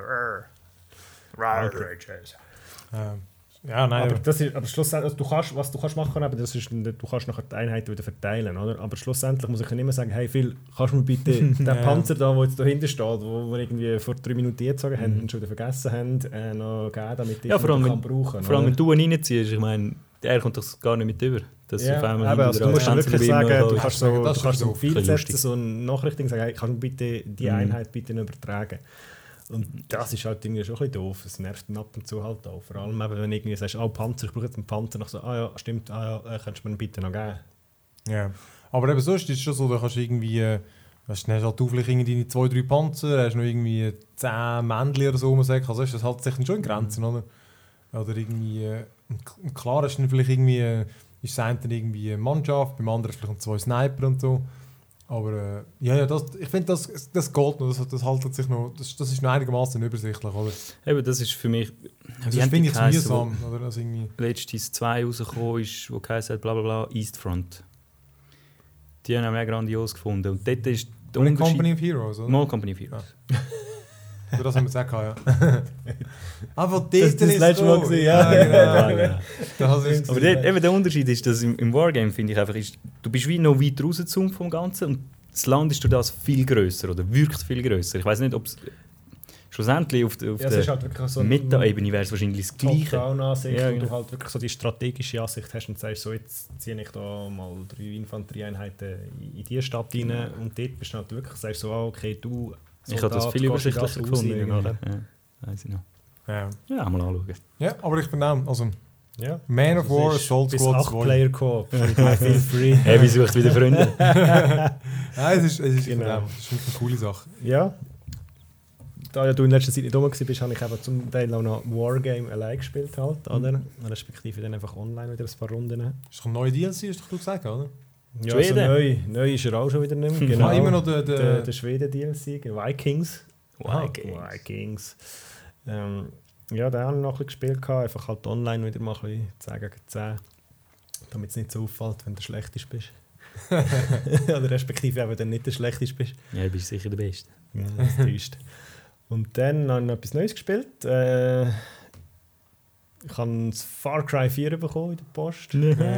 ja, nein. Aber das ist, aber schlussendlich, also was du kannst machen, aber das ist, du kannst nachher die Einheiten wieder verteilen, oder? Aber schlussendlich muss ich dann immer sagen, hey Phil, kannst du mir bitte den Panzer da, der jetzt da hinten steht, wo wir irgendwie vor 3 Minuten gezogen haben und schon wieder vergessen haben, noch geben, damit ich ihn kann brauchen. Vor allem, wenn du ihn reinziehst, ich meine, der kommt doch gar nicht mit über. Ja, also du musst wirklich sagen, du kannst so viel setzen, so eine Nachricht sagen, hey, kannst du bitte die Einheit bitte übertragen. Und das ist halt irgendwie schon ein bisschen doof, das nervt dann ab und zu halt auch. Vor allem, wenn du irgendwie sagst, Panzer, ich brauche jetzt einen Panzer, nach so, ja, stimmt, könntest du mir bitte noch geben. Ja, aber eben sonst ist es schon so, da kannst du irgendwie, weißt du, dann hast halt du vielleicht irgendwie 2-3 Panzer, hast noch irgendwie 10 Männchen oder so, man sagt, also ist das halt sich schon in Grenzen, oder? Oder irgendwie, klar ist dann vielleicht irgendwie, ist es dann irgendwie eine Mannschaft, beim anderen vielleicht 2 Sniper und so. Aber ich finde, das geht noch, das haltet sich noch, das ist noch einigermaßen übersichtlich, oder? Eben, das ist für mich... Also das finde ich mühsam, oder? Also irgendwie... Letztes 2 rausgekommen ist, wo geheißen hat, blablabla, Eastfront. Die haben wir auch grandios gefunden. Und dort ist der Unterschied... Company of Heroes, oder? Mal Company of Heroes. Ja. Über das haben wir gesagt, ja. Aber dort ist das letzte Mal gewesen, ja. Genau. Aber eben der Unterschied ist, dass im Wargame, finde ich einfach, du bist wie noch weit rausgezoomt vom Ganzen und das Land ist durch das viel grösser oder wirkt viel grösser. Ich weiß nicht, ob es schlussendlich auf der halt so Meta-Ebene wäre es wahrscheinlich das Gleiche. Top-Down-Ansicht, Ja, wo du genau. halt wirklich so die strategische Ansicht hast und sagst, so, jetzt ziehe ich da mal 3 Infanterieeinheiten in diese Stadt rein und dort bist du halt wirklich, sagst so, okay, du Ich habe das viel übersichtlicher gefunden. Ja, weiss ich noch. Ja, mal anschauen. Ja, aber ich bin auch, also ja. Man of War, Assault bis Squad 8 2. Player Co-op. Feel free. Hey, wie sucht wieder Freunde? Nein, es ist Genau. eine coole Sache. Ja. Da ja du in letzter Zeit nicht rum warst, habe ich eben zum Teil auch noch Wargame allein gespielt halt, oder? Respektive dann einfach online wieder ein paar Runden. Ist doch ein neuer DLC, hast du gesagt, oder? Ja, also Schweden? neu ist er auch schon wieder nicht mehr. Genau. Immer noch der Schweden-DLC, Vikings. Vikings. Ja, den habe ich noch ein bisschen gespielt, einfach halt online wieder mal ein bisschen 10 gegen 10, damit es nicht so auffällt, wenn du der Schlechteste bist. Oder respektive eben dann nicht der Schlechteste bist. Ja, du bist sicher der Beste. Ja, das täuscht. Und dann habe ich noch etwas Neues gespielt. Ich habe das Far Cry 4 bekommen in der Post.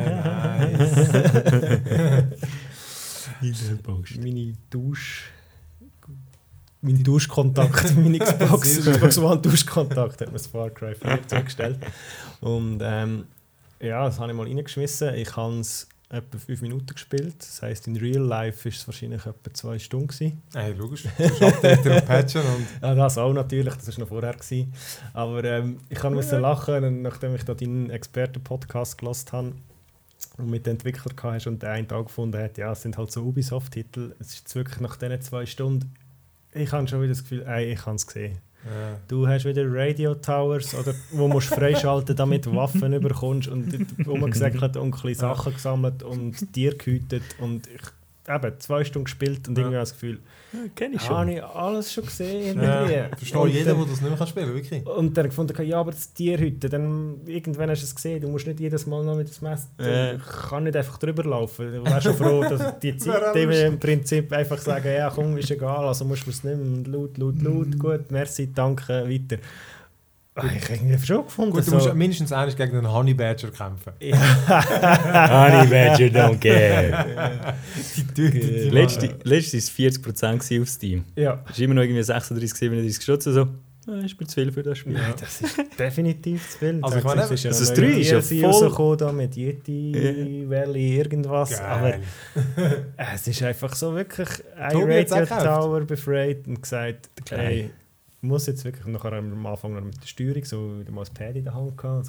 Mein Duschkontakt, meine Xbox One Duschkontakt hat mir das Far Cry 4 zugestellt. Und ja, das habe ich mal reingeschmissen. Ich habe es etwa 5 Minuten gespielt. Das heisst, in Real Life war es wahrscheinlich etwa 2 Stunden gewesen. Hey, logisch. Du hast Update und Patchen und... Ja, das auch natürlich, das war noch vorher gewesen. Aber ich musste lachen, nachdem ich da deinen Experten-Podcast gehört habe und mit den Entwicklern hast und der einen Tag gefunden hat, ja, es sind halt so Ubisoft-Titel. Es ist jetzt wirklich nach diesen 2 Stunden, ich habe schon wieder das Gefühl, ich habe es gesehen. Ja. Du hast wieder Radio Towers, oder, wo musst freischalten, damit du Waffen überkommst und rumgesäckelt und kleine Sachen gesammelt und Tiere gehütet und ich eben 2 Stunden gespielt und irgendwie habe ich das Gefühl, Kenn ich schon. habe ich alles schon gesehen. Ja, verstehe jeder, der das nicht mehr spielen kann, wirklich. Und dann gefunden, ja, aber das Tierhütte, dann irgendwann hast du es gesehen, du musst nicht jedes Mal noch mit dem Messer, ich kann nicht einfach drüber laufen. Du wärst schon froh, dass die Zeit im Prinzip einfach sagen, ja komm, ist egal, also musst du es nicht mehr, laut, gut, merci, danke, weiter. Ich habe irgendwie schon gefunden. Gut, du musst mindestens einmal gegen einen Honey Badger kämpfen. Honey Badger don't care. Die Letztes war 40% auf Steam. Ja. Es ist immer noch irgendwie 36, 37 Stutz. So. Ist mir zu viel für das Spiel. Ja, das ist definitiv zu viel. Also ich meine, das 3 ist ja voll... rausgekommen, da mit Yeti, Valley, irgendwas. Geil. Aber es ist einfach so wirklich ein Tobi hat's Radio auch gekauft. Tower befreit und gesagt, Geil. hey, ich muss jetzt wirklich nachher am Anfang noch mit der Steuerung so wieder mal das Pad in der Hand gehabt,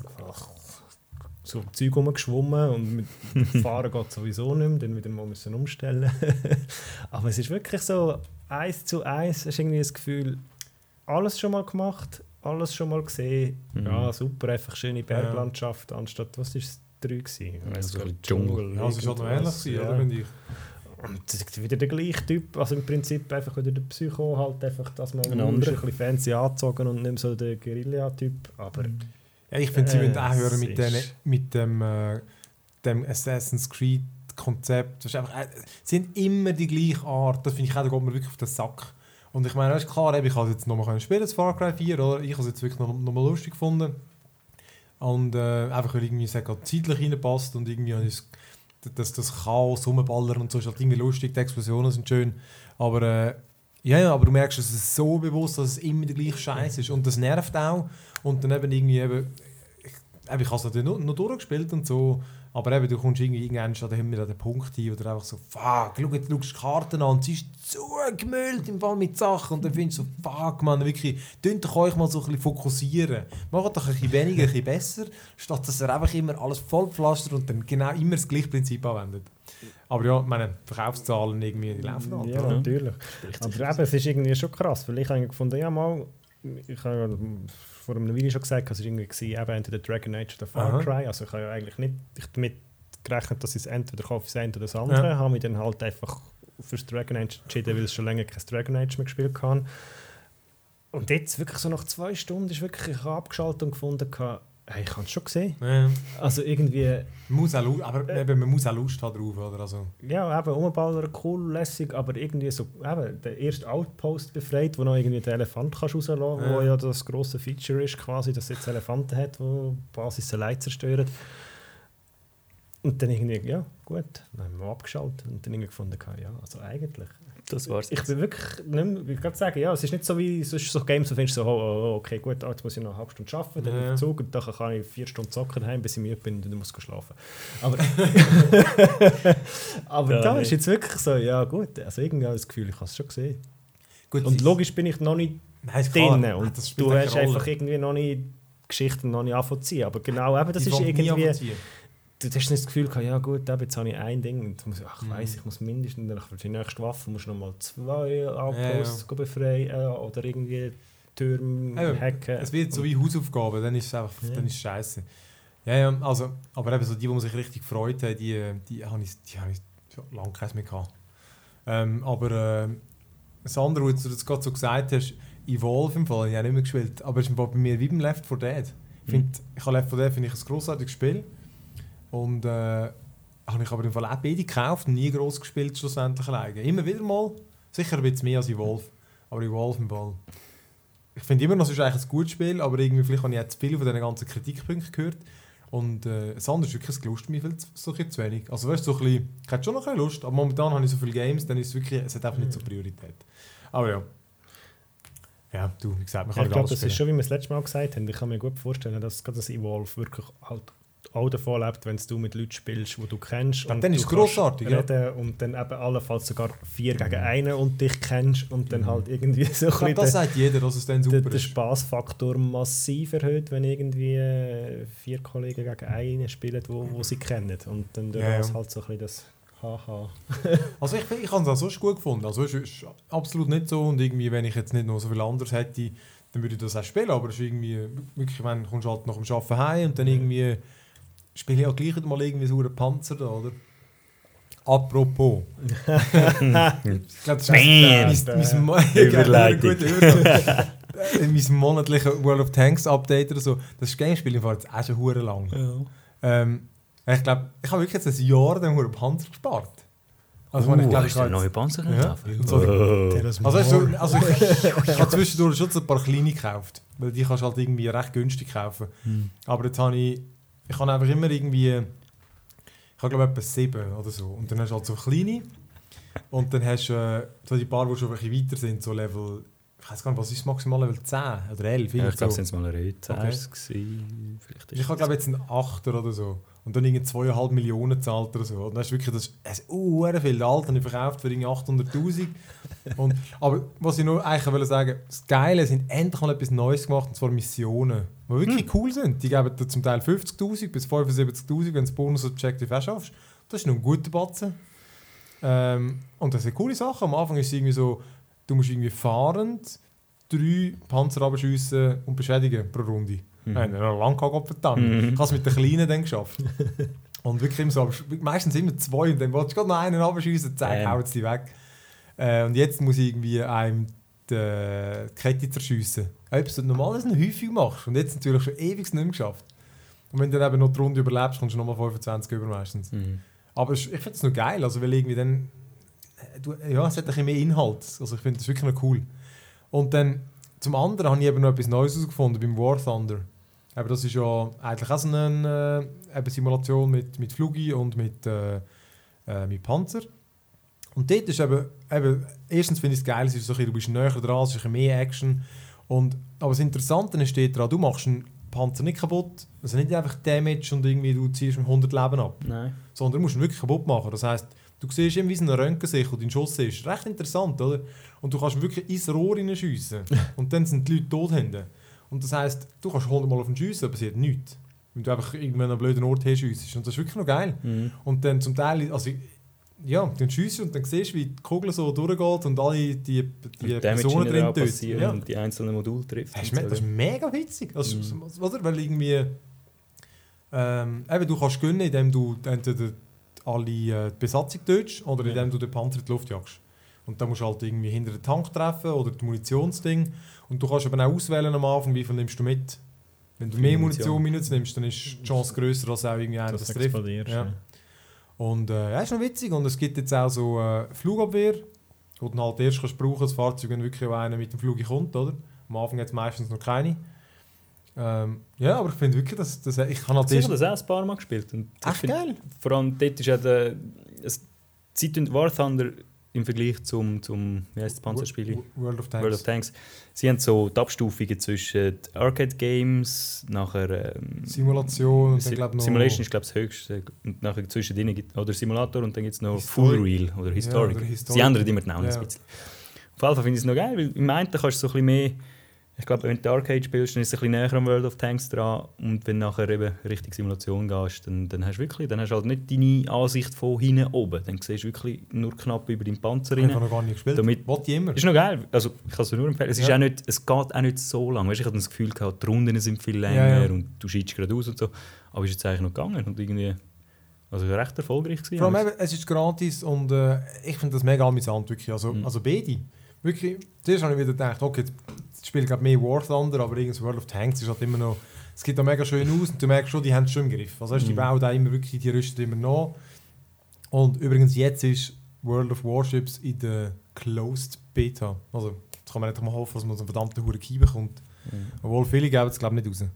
so Zeug rumgeschwommen und mit dem Fahren geht sowieso nicht mehr, dann wieder mal müssen umstellen. Aber es ist wirklich so 1 zu 1, hast irgendwie das Gefühl, alles schon mal gemacht, alles schon mal gesehen. Mhm. Ja, super, einfach schöne Berglandschaft, anstatt, was war es, 3 gewesen? Also ein Dschungel. Ja, es ist halt noch ähnlich gewesen, oder? Finde ich. Und wieder der gleiche Typ, also im Prinzip einfach wieder der Psycho, halt einfach, dass man Ein ein anderer. bisschen fancy angezogen und nicht mehr so der Guerilla-Typ, aber... Ja, ich finde, sie müssen auch hören es mit dem Assassin's Creed-Konzept. Sie sind immer die gleiche Art. Das finde ich auch, da geht mir wirklich auf den Sack. Und ich meine, das ist klar, ich habe es jetzt nochmal spielen, das Far Cry 4, oder? Ich habe es jetzt wirklich noch mal lustig gefunden. Und einfach, weil irgendwie zeitlich reinpasst und irgendwie habe ich das Chaos, Rumballern und so ist halt irgendwie lustig, die Explosionen sind schön. Aber aber du merkst, es ist so bewusst, dass es immer der gleiche Scheiß ist. Und das nervt auch. Und dann ich habe es natürlich noch durchgespielt und so. Aber eben, du kommst irgendwann schon an den Punkt hin, wo du einfach so, fuck, schau, jetzt schaust du die Karten an und sie ist zugemüllt im Fall mit Sachen. Und dann findest du so, fuck, man, wirklich, könnt ihr euch mal so ein bisschen fokussieren. Macht doch ein bisschen weniger, ein bisschen besser, statt dass ihr einfach immer alles vollpflastert und dann genau immer das gleiche Prinzip anwendet. Aber ja, meine Verkaufszahlen irgendwie, die laufen halt. Ja, oder? natürlich. Aber eben, es ist irgendwie schon krass, weil ich habe gefunden, ja mal, ich habe vor einem Video schon gesagt, es war irgendwie eben entweder Dragon Age oder Far Cry, also ich habe ja eigentlich nicht damit gerechnet, dass ich es entweder kaufe, das eine oder das andere, habe mich dann halt einfach fürs Dragon Age entschieden, weil ich schon länger kein Dragon Age mehr gespielt habe. Und jetzt, wirklich so nach 2 Stunden, ist wirklich, ich habe abgeschaltet und gefunden, hey, ich habe es schon gesehen. Ja. Also irgendwie... Man muss auch Lust haben drauf, oder? Also. Ja, eben, Umballern, cool, lässig, aber irgendwie so, eben, der erste Outpost befreit, wo noch irgendwie den Elefant kannst rauslassen kannst, wo ja das grosse Feature ist, quasi, dass es jetzt Elefanten hat, die die Basis allein zerstören. Und dann irgendwie, ja, gut, dann haben wir abgeschaltet und dann irgendwie gefunden, ja, also eigentlich... Das war's. Ich bin wirklich nicht mehr, ich kann sagen, ja, es ist nicht so wie sonst so Games, wo du findest so, oh, okay, gut, jetzt muss ich noch eine halbe Stunde arbeiten, dann im Zug und dann kann ich 4 Stunden zocken daheim, bis ich müde bin und dann muss ich schlafen. Aber ja, da ist jetzt wirklich so, ja gut, also irgendwie habe ich das Gefühl, ich habe es schon gesehen. Gut, Und logisch bin ich noch nicht drin und du hast einfach irgendwie noch nicht Geschichten noch nicht anfangen, aber genau eben, das ist irgendwie... Du hast nicht das Gefühl, ja gut, jetzt habe ich ein Ding und ich weiss, ich muss mindestens für die nächste Waffe noch mal 2 Outposts befreien oder irgendwie Türme hacken. Es wird so wie Hausaufgaben, dann ist es einfach dann ist scheiße. Ja, also, aber eben so die sich richtig gefreut haben, die habe ich schon lange keins mehr gehabt. Aber das andere, was du jetzt gerade so gesagt hast, Evolve im Fall, ich habe nicht mehr gespielt, aber es ist bei mir wie beim Left 4 Dead. Ich habe Left 4 Dead, finde ich, ein grossartiges Spiel. Und habe ich aber im Fall auch beide gekauft und nie gross gespielt schlussendlich alleine. Immer wieder mal, sicher ein bisschen mehr als Evolve, aber Evolve im Fall. Ich finde immer noch, es ist eigentlich ein gutes Spiel, aber irgendwie vielleicht habe ich jetzt viel von diesen ganzen Kritikpunkten gehört. Und das andere ist wirklich, es lust mir viel so zu wenig. Also weißt du, so ein bisschen, ich hätte schon noch keine Lust, aber momentan habe ich so viele Games, dann ist es wirklich, es hat einfach nicht so Priorität. Aber ja. Ja, du, wie gesagt, man kann ich glaube, das ist schon, wie wir das letzte Mal gesagt haben. Ich kann mir gut vorstellen, dass gerade das Evolve wirklich halt auch davon lebt, wenn du mit Leuten spielst, die du kennst. Und dann ist es grossartig, reden und dann eben allenfalls sogar 4 gegen 1 und dich kennst und dann halt irgendwie so ein das sagt jeder, dass es dann super ist. Der Spaßfaktor massiv erhöht, wenn irgendwie 4 Kollegen gegen einen spielen, wo sie kennen. Und dann das halt so ein bisschen das Haha. Also ich habe es auch sonst gut gefunden. Also es ist absolut nicht so und irgendwie, wenn ich jetzt nicht noch so viel anderes hätte, dann würde ich das auch spielen, aber es ist irgendwie, wirklich, wenn du kommst halt nach dem Arbeiten heim und dann irgendwie spiele ich auch gleich mal irgendwie so einen Panzer da, oder? Apropos. Ich glaube, das ist mein monatliches World of Tanks Update oder so. Das Game-Spiel im Fall jetzt auch schon hure lang. Ja. Ich glaube, ich habe wirklich jetzt ein Jahr den einen Panzer gespart. Also ich glaube, ich habe neue Panzer kaufen. Also ich habe zwischendurch schon so ein paar kleine gekauft, weil die kannst du halt irgendwie recht günstig kaufen. Aber jetzt habe ich habe einfach immer irgendwie, ich habe glaube ich etwa 7 oder so. Und dann hast du halt so kleine und dann hast du so die paar, die schon ein bisschen weiter sind, so Level, ich weiß gar nicht, was ist das maximal, Level 10 oder 11? Ja, ich glaube, es sind mal eine 10 okay. Ich habe glaube jetzt einen 8er oder so. Und dann irgendwie 2,5 Millionen gezahlt oder so. Und dann hast du wirklich das viel Alter, habe ich verkauft für irgendwie 800'000. Aber was ich nur eigentlich will sagen, das Geile, sind endlich mal etwas Neues gemacht, und zwar Missionen, die wirklich cool sind. Die geben dir zum Teil 50'000 bis 75'000, wenn du das Bonus-Objective auch schaffst. Das ist noch ein guter Batzen. Und das sind coole Sachen. Am Anfang ist es irgendwie so, du musst irgendwie fahrend 3 Panzer abschiessen und beschädigen pro Runde. Nein, noch lange verdammt. Ich habe es mit den Kleinen dann geschafft. Und wirklich immer so, aber meistens immer 2 und dann willst du gerade noch einen abschiessen, zack, haut es die weg. Und jetzt muss ich irgendwie einem die Kette zerschiessen. Etwas, was du normalerweise noch häufig machst. Und jetzt natürlich schon ewig nicht mehr geschafft. Und wenn du dann eben noch die Runde überlebst, kommst du nochmal 25 über meistens. Aber ich finde es noch geil, also weil irgendwie dann, es hat ein bisschen mehr Inhalt. Also ich finde das wirklich noch cool. Und dann zum anderen habe ich eben noch etwas Neues herausgefunden beim War Thunder. Aber das ist ja eigentlich auch so eine Simulation mit Flugi und mit Panzer. Und dort ist eben erstens finde ich es geil, es ist so ein bisschen, du bist näher dran, es ist ein mehr Action. Aber das Interessante steht daran, du machst einen Panzer nicht kaputt, also nicht einfach Damage und irgendwie du ziehst 100 Leben ab. Nein. Sondern du musst ihn wirklich kaputt machen. Das heisst, du siehst immer wie so eine Röntgensicht und dein Schuss ist. Recht interessant, oder? Und du kannst wirklich ins Rohr hineinschiessen. Und dann sind die Leute tot hinten. Und das heisst, du kannst 100 Mal auf ihn schiessen, aber passiert nichts. Wenn du einfach irgendwann an einen blöden Ort hinschiessest. Und das ist wirklich noch geil. Und dann zum Teil, also ja, dann schiessst und dann siehst du, wie die Kugel so durchgeht und alle die Personen drin töten. Ja. Und die einzelnen Module trifft. Das ist mega witzig. Also, oder? Weil irgendwie, du kannst gewinnen, indem du entweder alle die Besatzung tötest oder indem du den Panzer in die Luft jagst. Und dann musst du halt irgendwie hinter den Tank treffen oder das Munitionsding. Und du kannst aber auch auswählen am Anfang, wie viel nimmst du mit. Wenn du mehr Munition nimmst, dann ist die Chance grösser, als auch irgendwie einer das trifft. Ja. Und ist noch witzig. Und es gibt jetzt auch so Flugabwehr, wo du dann halt erst kannst brauchen, das Fahrzeug, wenn wirklich auch einer mit dem Flug kommt, oder? Am Anfang hat es meistens noch keine. Ja, aber ich finde wirklich, dass ich kann halt ich habe das auch ein paar Mal gespielt. Und echt geil. Vor allem dort ist ja War Thunder im Vergleich zum wie heißt das Panzerspiel? World of Tanks. Sie haben so die Abstufungen zwischen Arcade Games, nachher Simulation und dann glaube noch Simulation ist glaube ich das höchste und nachher zwischen denen gibt oder Simulator und dann gibt es noch Full Real oder Historic. Ja, oder Sie ändern immer den Namen ein bisschen. Auf jeden Fall finde ich es noch geil, weil im einen kannst du so ein bisschen mehr. Ich glaube, wenn du Arcade spielst, dann ist es ein bisschen näher am World of Tanks dran. Und wenn du nachher eben Richtung Simulation gehst, dann hast du halt nicht deine Ansicht von hinten oben. Dann siehst du wirklich nur knapp über deinen Panzer rein. Ich habe noch gar nicht gespielt. Immer. Ist noch geil. Also, ich kann es nur empfehlen. Es geht auch nicht so lang. Weißt, ich hatte das Gefühl, die Runden sind viel länger und du schießt gerade aus und so. Aber es ist jetzt eigentlich noch gegangen und irgendwie recht erfolgreich gewesen. Vor allem eben, es ist gratis und ich finde das mega amüsant. Wirklich. Also beide. Wirklich, zuerst habe ich wieder gedacht, okay, das Spiel geht mehr War Thunder, aber irgendwas World of Tanks ist halt immer noch, es geht da mega schön aus und du merkst schon, die haben es schon im Griff. Also die bauen da immer wirklich, die rüsten immer nach. Und übrigens jetzt ist World of Warships in der Closed Beta. Also jetzt kann man nicht mal hoffen, dass man so einen verdammten Huren Key bekommt. Obwohl viele geben es glaube ich nicht raus.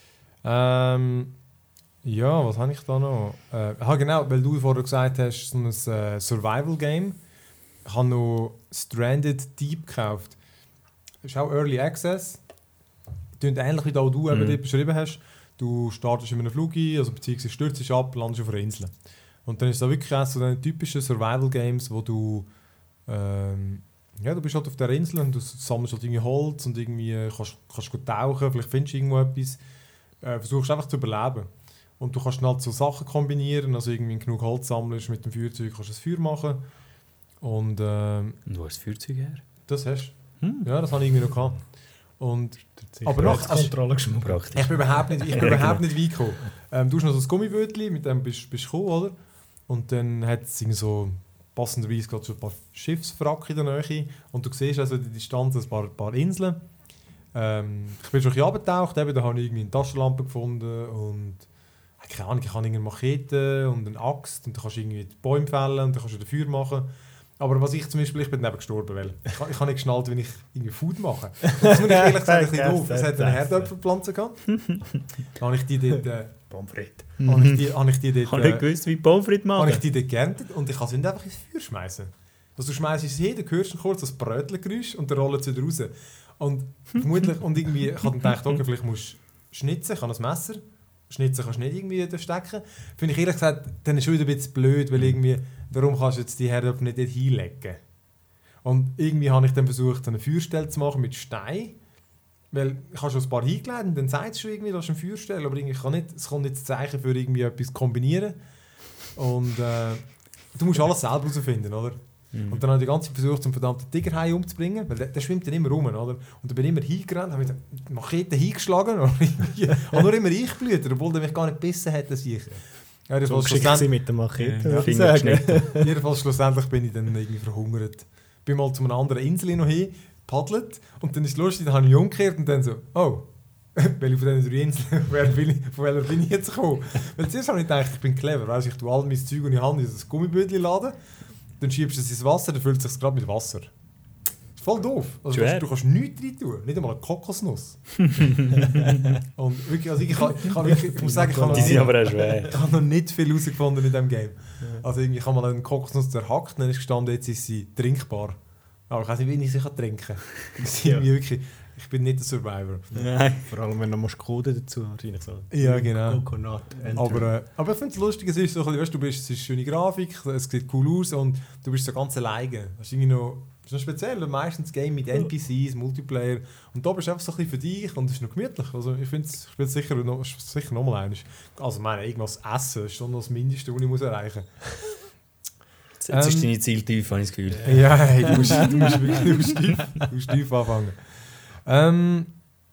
Ja, was habe ich da noch? Genau, weil du vorher gesagt hast, so ein Survival-Game. Ich habe noch Stranded Deep gekauft. Das ist auch Early Access. Das klingt ähnlich wie da, du eben beschrieben hast. Du startest in einem Flug ein, also beziehungsweise stürzt ab, landest auf einer Insel. Und dann ist da wirklich auch so eine typischen Survival-Games, wo du du bist halt auf der Insel und du sammelst halt irgendwie Holz und irgendwie kannst gut tauchen, vielleicht findest du irgendwo etwas. Versuchst einfach zu überleben. Und du kannst dann halt so Sachen kombinieren, also irgendwie genug Holz sammelst, mit dem Feuerzeug kannst du ein Feuer machen. Und wo hast du das Feuerzeug her? Das hast du. Ja, das habe ich irgendwie noch gehabt. Und, aber noch, Kontrolle geschmuggelt. Ich bin überhaupt nicht weit gekommen. Du hast noch so ein Gummibötchen, mit dem bist du gekommen, oder? Und dann hat es so passenderweise gerade so ein paar Schiffswrack in der Nähe. Und du siehst also die Distanz ein paar Inseln. Ich bin schon ein bisschen runtergetaucht, da habe ich irgendwie eine Taschenlampe gefunden und keine Ahnung, ich habe eine Machete und eine Axt und dann kannst du irgendwie die Bäume fällen und dann kannst du Feuer machen. Aber was ich zum Beispiel, ich bin daneben gestorben, weil ich habe nicht geschnallt, wenn ich irgendwie Food mache. Das muss ich ehrlich gesagt ein bisschen doof. Es hat eine Herdöpfelpflanze gehabt. Dann habe ich die dort... Pommes frites. Habe ich die dort... Ich habe nicht gewusst, wie Pommes frites machen. Habe ich die dort geerntet und ich kann sie nicht einfach ins Feuer schmeißen. Also du schmeißt es hin, dann hörst du kurz das Brötchengeräusch und dann rollt sie wieder raus. Und vermutlich, und irgendwie, ich habe dann gedacht, okay, vielleicht musst du schnitzen, ich habe ein Messer. Schnitzen kannst du nicht irgendwie da stecken. Finde ich ehrlich gesagt, dann ist es wieder ein bisschen blöd, weil irgendwie, warum kannst du jetzt die Herdöpfel nicht dort hinlegen? Und irgendwie habe ich dann versucht, eine Feuerstelle zu machen mit Stein. Weil ich habe schon ein paar hingelegt und dann sagt es schon irgendwie, das ist eine Feuerstelle, aber irgendwie es kommt nicht das Zeichen für irgendwie etwas kombinieren. Und du musst alles selber herausfinden, oder? Und dann habe ich die ganze Zeit versucht, einen verdammten Tigerhai umzubringen, weil der schwimmt dann immer rum, oder? Und dann bin ich immer hingerannt, habe die Machete hingeschlagen und habe nur immer eingeblüht, obwohl der mich gar nicht gebissen hat, dass ich... Ja, so schlussendlich mit der Machete. Jedenfalls schlussendlich bin ich dann irgendwie verhungert. Bin mal zu einer anderen Insel noch hin, paddelt und dann ist es lustig, dann habe ich mich umgekehrt und dann so, oh, weil ich von diesen 3 Inseln, von welcher bin ich jetzt gekommen? Weil zuerst habe ich gedacht, ich bin clever, weißt, ich tue all mein Zeug und ich habe in das Gummibötchen laden. Dann schiebst du es ins Wasser, dann füllt es sich gerade mit Wasser. Das ist voll doof. Also du kannst nichts rein tun, nicht einmal eine Kokosnuss. Und wirklich, also ich muss sagen, ich habe noch nicht viel herausgefunden in diesem Game. Also ich habe mal eine Kokosnuss zerhackt, dann ist gestanden, jetzt ist sie trinkbar. Aber ich weiß nicht, wie ich sie trinken kann. Wirklich, ich bin nicht ein Survivor. Nein. Vor allem, wenn du Code dazu wahrscheinlich so. Ja, genau. Coconut. Aber ich finde es lustig, es ist so, weißt, es ist eine schöne Grafik, es sieht cool aus und du bist so ganz alleine. Das ist irgendwie noch speziell, meistens Game mit NPCs, Multiplayer und da bist du einfach so ein bisschen für dich und es ist noch gemütlich. Also ich finde es sicher noch mal eines. Also ich meine, irgendwas essen ist schon noch das Mindeste, was ich erreichen muss. Jetzt ist deine Zieltiefe, habe ich das Gefühl. Ja, hey, du musst wirklich tief anfangen.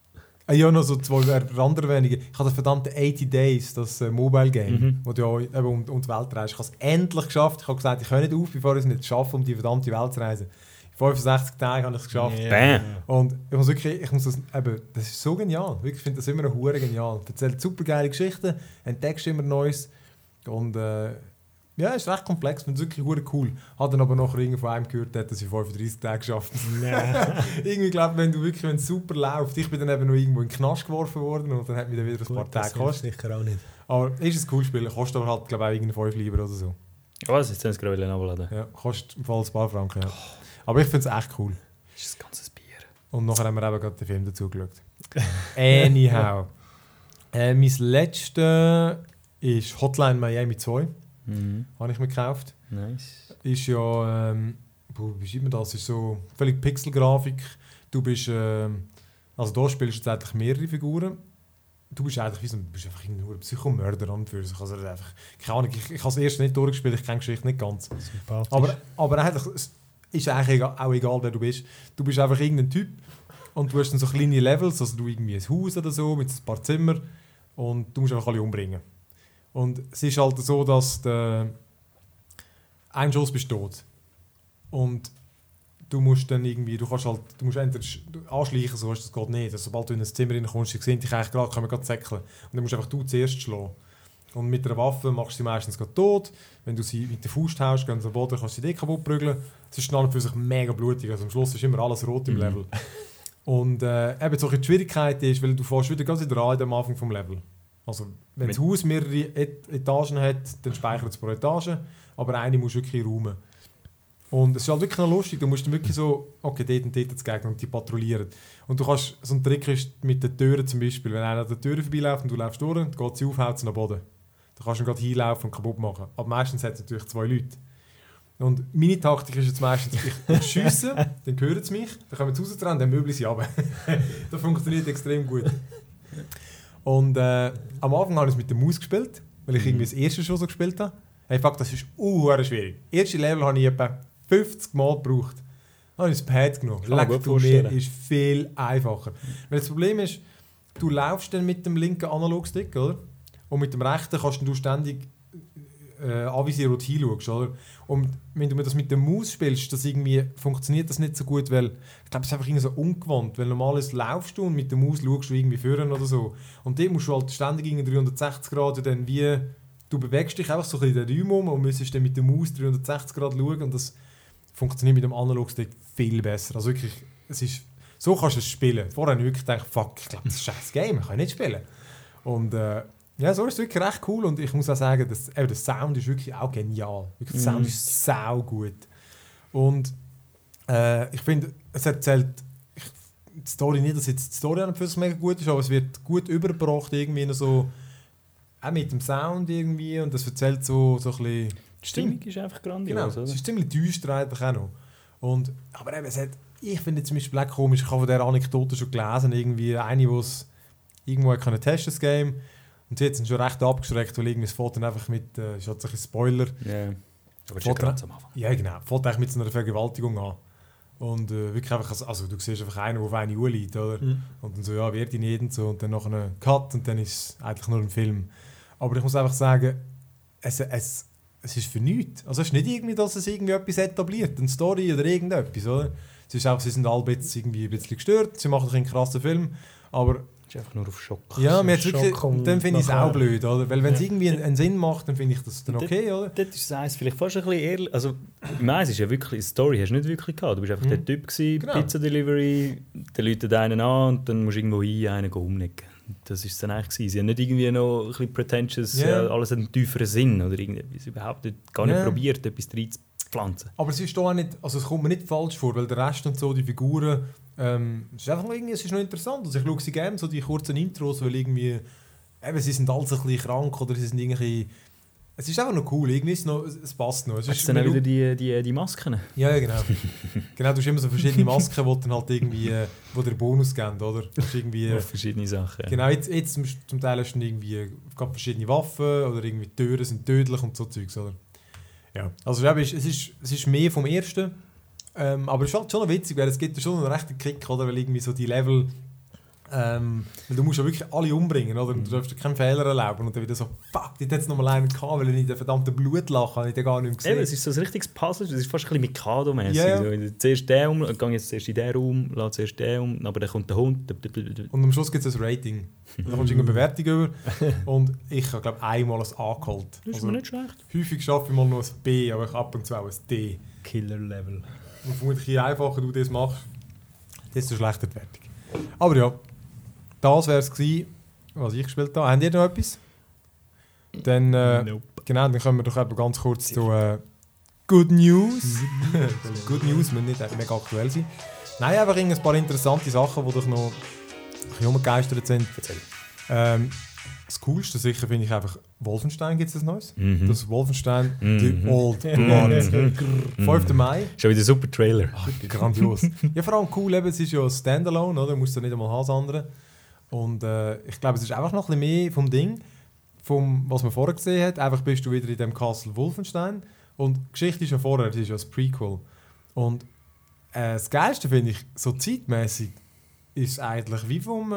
Ja, noch so 2 andere wenige. Ich habe das verdammte 80 Days, das Mobile Game, wo du ja eben um die Welt reist. Ich habe es endlich geschafft. Ich habe gesagt, ich höre nicht auf, bevor ich es nicht schaffe, um die verdammte Welt zu reisen. In 65 Tagen habe ich es geschafft. Yeah. Und das ist so genial. Wirklich, ich finde das immer noch hure genial. Erzählt super geile Geschichten, entdeckst immer Neues. Und ja, es ist recht komplex, finde es wirklich hure cool. Hat dann aber noch von einem gehört, dass ich 35 Tage geschafft habe. Irgendwie glaube wenn es super läuft. Ich bin dann eben noch irgendwo in den Knast geworfen worden und dann hat mich dann wieder ein paar Tage gekostet. Sicher auch nicht. Aber ist ein cooles Spiel, kostet aber halt, glaube ich, auch irgendwie 5 Lieber oder so. Was? Jetzt haben sie gerade abladen. Ja, kostet im Fall ein paar Franken, ja. Aber ich finde es echt cool. Das ist ein ganzes Bier. Und nachher haben wir eben gerade den Film dazu geschaut. Anyhow. Mein letztes ist Hotline Miami 2. Habe ich mir gekauft. Nice. Ist ja, wie schreibt man das? Ist so völlig Pixelgrafik. Du bist, also da spielst du jetzt eigentlich mehrere Figuren. Du bist eigentlich wie so ein Psychomörder an und für sich. Also einfach, keine Ahnung, ich habe das erste nicht durchgespielt, ich kenne die Geschichte nicht ganz. Aber eigentlich ist eigentlich auch egal, wer du bist. Du bist einfach irgendein Typ und du hast dann so kleine Levels, also du irgendwie ein Haus oder so mit ein paar Zimmern und du musst einfach alle umbringen. Und es ist halt so, dass ein Schuss bist tot. Und du musst dann irgendwie, du musst entweder anschleichen, so das geht nicht. Also, sobald du in ein Zimmer reinkommst, sie sehen dich eigentlich gerade, können wir gerade zäckeln. Und dann musst einfach du zuerst schlagen. Und mit einer Waffe machst du sie meistens gerade tot. Wenn du sie mit der Faust haust, gehen sie am Boden, kannst du sie kaputt prügeln. Es ist dann für sich mega blutig. Also am Schluss ist immer alles rot im Level. Und eben so die Schwierigkeit ist, weil du fährst wieder ganz wieder an am Anfang vom Level. Also wenn das Haus mehrere Etagen hat, dann speichert es pro Etage, aber eine musst du wirklich räumen. Und es ist halt wirklich noch lustig, du musst dann wirklich so, okay, dort und dort Gegner und die patrouillieren. Und du kannst, so ein Trick ist mit den Türen zum Beispiel, wenn einer an der Tür vorbeiläuft und du läufst durch, dann geht sie auf, haut sie nach Boden. Da kannst du dann gerade hinlaufen und kaputt machen. Aber meistens hat es natürlich 2 Leute. Und meine Taktik ist jetzt meistens, ich schiesse, dann hören sie mich, dann kommen sie raus dran, dann möbeln sie runter. Das funktioniert extrem gut. Und am Anfang habe ich es mit der Maus gespielt, weil ich irgendwie das erste schon so gespielt habe. Hey, fuck, das ist schwierig. Das erste Level habe ich etwa 50 Mal gebraucht. Dann habe ich das Pad genommen. Leck, ist viel einfacher. Weil das Problem ist, du laufst dann mit dem linken Analogstick, oder? Und mit dem rechten kannst du ständig anvisieren, wo du hinschaust, oder? Und wenn du das mit der Maus spielst, funktioniert das nicht so gut, weil ich glaube, es ist einfach irgendwie so ungewohnt, weil normalerweise laufst du und mit der Maus schaust du irgendwie führen oder so. Und dort musst du halt ständig in 360 Grad dann wie, du bewegst dich einfach so ein bisschen in den Raum und müsstest dann mit der Maus 360 Grad schauen und das funktioniert mit dem Analogstick viel besser. Also wirklich, so kannst du es spielen. Vorher habe ich wirklich gedacht, fuck, ich glaube, das ist ein scheiß Game, ich kann nicht spielen. Und ja, so ist es wirklich recht cool und ich muss auch sagen, der Sound ist wirklich auch genial. Wirklich, der Sound ist sau gut. Und ich finde, es erzählt die Story nicht, dass jetzt die Story an und für sich mega gut ist, aber es wird gut übergebracht irgendwie so, auch mit dem Sound irgendwie und das erzählt so ein bisschen... Die Stimmung ist einfach grandios, genau, oder? Es ist ziemlich düster eigentlich auch noch. Und, aber eben, ich finde zum Beispiel auch komisch, ich habe von dieser Anekdote schon gelesen, irgendwie eine, die es irgendwo testen das Game. Und sie hat es schon recht abgeschreckt, weil irgendwie es fährt dann einfach mit, ist halt so ein Spoiler. Ja, aber das ist ganz am Anfang. Ja, genau. Fährt eigentlich mit so einer Vergewaltigung an. Und wirklich einfach, also du siehst einfach einen, der auf eine Uhr liegt, oder? Und dann so, ja, wird ihn nicht und so. Und dann noch einen Cut und dann ist es eigentlich nur ein Film. Aber ich muss einfach sagen, es ist für nichts. Also es ist nicht irgendwie, dass es irgendwie etwas etabliert, eine Story oder irgendetwas, oder? Es ist auch, sie sind alle irgendwie ein bisschen gestört, sie machen einen krassen Film, aber... Es ist einfach nur auf Schock. Ja, mir wirklich, dann finde ich es auch blöd, oder? Weil wenn es irgendwie einen Sinn macht, dann finde ich das dann okay, oder? Das ist das vielleicht fast ein bisschen ehrlich. Also, im Eis ist ja wirklich, eine Story hast du nicht wirklich gehabt. Du bist einfach der Typ gewesen, genau. Pizza Delivery, der läutet einen an und dann musst du irgendwo einen umnicken. Das war es dann eigentlich gewesen. Sie haben nicht irgendwie noch ein bisschen pretentious, alles einen tieferen Sinn oder irgendetwas. Überhaupt nicht, gar nicht probiert, etwas reinzupflanzen. Aber es ist auch nicht, also es kommt mir nicht falsch vor, weil der Rest und so, die Figuren, es ist einfach irgendwie, es ist noch interessant. Also ich schaue sie gerne, so die kurzen Intros, weil irgendwie, sie sind alle so ein bisschen krank oder sie sind irgendwie, es ist einfach noch cool, irgendwie ist noch, es passt noch. Es ist dann auch wieder die Masken. Ja, genau. Genau, du hast immer so verschiedene Masken, die dann halt irgendwie, wo dir Bonus geben, oder? Das ist irgendwie, verschiedene Sachen. Ja. Genau, jetzt zum Teil hast du irgendwie verschiedene Waffen oder irgendwie Türen sind tödlich und so Zeugs, oder? Ja, also es ist mehr vom ersten. Aber es ist halt schon witzig, weil es gibt schon einen rechten Kick, oder? Weil irgendwie so die Level, Weil du musst ja wirklich alle umbringen, oder? Du darfst dir keinen Fehler erlauben. Und dann wieder so, fuck, die hat jetzt noch mal einen gehabt, weil ich nicht den verdammten Blutlachen habe ich den gar nicht mehr gesehen. Eben, es ist so ein richtiges Puzzle, es ist fast ein bisschen Mikado-mäßig. Ja. So, zuerst den um, ich gehe jetzt zuerst in den Raum, lasse zuerst den um, aber dann kommt der Hund. Und am Schluss gibt es ein Rating. Da kommst du eine Bewertung über. Und ich habe, glaube ich, einmal ein A geholt. Das ist mir nicht schlecht. Häufig schaffe ich mal noch ein B, aber ich ab und zu auch ein D. Killer-Level. Und vermutlich je einfacher du das machst, desto schlechter die Wertung. Aber ja, das wäre es gewesen, was ich gespielt habe. Habt ihr noch etwas? Dann, Nope. genau, dann kommen wir doch eben ganz kurz zu Good News. Good News müssen nicht mega aktuell sein. Nein, einfach ein paar interessante Sachen, die doch noch ein bisschen umgegeistert sind. Erzähl. Das Coolste sicher finde ich einfach, Wolfenstein gibt es ein neues. Mhm. Das Wolfenstein, Mhm. The Old Blood. 5. Mai. Schon wieder ein super Trailer. Ach, grandios. Ja, vor allem cool, eben, es ist ja ein Standalone, oder? Du musst ja nicht einmal haben, das andere. Und ich glaube, es ist einfach noch ein bisschen mehr vom Ding, was man vorher gesehen hat. Einfach bist du wieder in dem Castle Wolfenstein. Und die Geschichte ist ja vorher, das ist ja das Prequel. Und das Geilste finde ich, so zeitmäßig ist eigentlich wie vom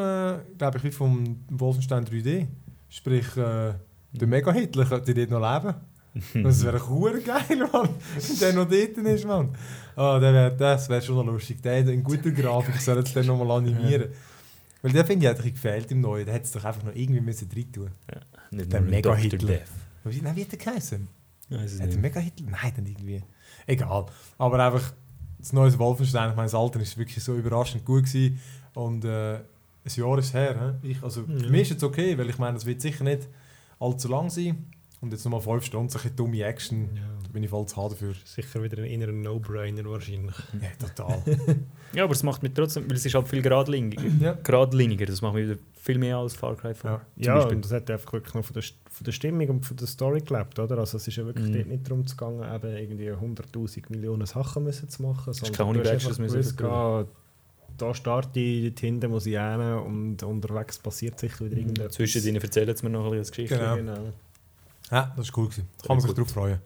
Wolfenstein 3D. Sprich, der Mega-Hitler könnte dort noch leben. Das wäre cool geil, Mann. Wenn der noch dort ist, Mann. Das wäre schon noch lustig. Der in guter Grafik soll jetzt dann noch mal animieren. Weil der finde ich hat gefehlt im Neuen. Der hätte es doch einfach noch irgendwie müssen rein tun. Ja, nicht Der nur mit Mega-Hitler. Dr. Death. Nein, wie hat der geheißen? Weiß es Hat der nicht. Mega-Hitler? Nein, dann irgendwie. Egal. Aber einfach das neue Wolfenstein, ich meine, das Alter ist wirklich so überraschend gut gewesen. Und ein Jahr ist her. He? Für mich ist es okay, weil ich meine, es wird sicher nicht allzu lang sein. Und jetzt nochmal 5 Stunden, solche dumme Action, da bin ich voll zu hart dafür. Sicher wieder ein innerer No-Brainer wahrscheinlich. Ja, total. Ja, aber es macht mich trotzdem, weil es ist halt viel geradliniger. Ja. Geradliniger. Das macht mich wieder viel mehr als Far Cry 4. Ja. Ja, und das hat einfach wirklich noch von der Stimmung und von der Story gelebt, oder? Also es ist ja wirklich dort nicht darum gegangen, eben irgendwie 100'000 Millionen Sachen müssen zu machen, sondern keine du hast Backstreets einfach müssen gewusst, da starte ich dort hinten, muss ich hin und unterwegs passiert sicher wieder irgendetwas. Zwischen denen erzählen sie mir noch ein bisschen Geschichte. Genau. Ja, das war cool gewesen. Da kann man sich Gut. drauf freuen.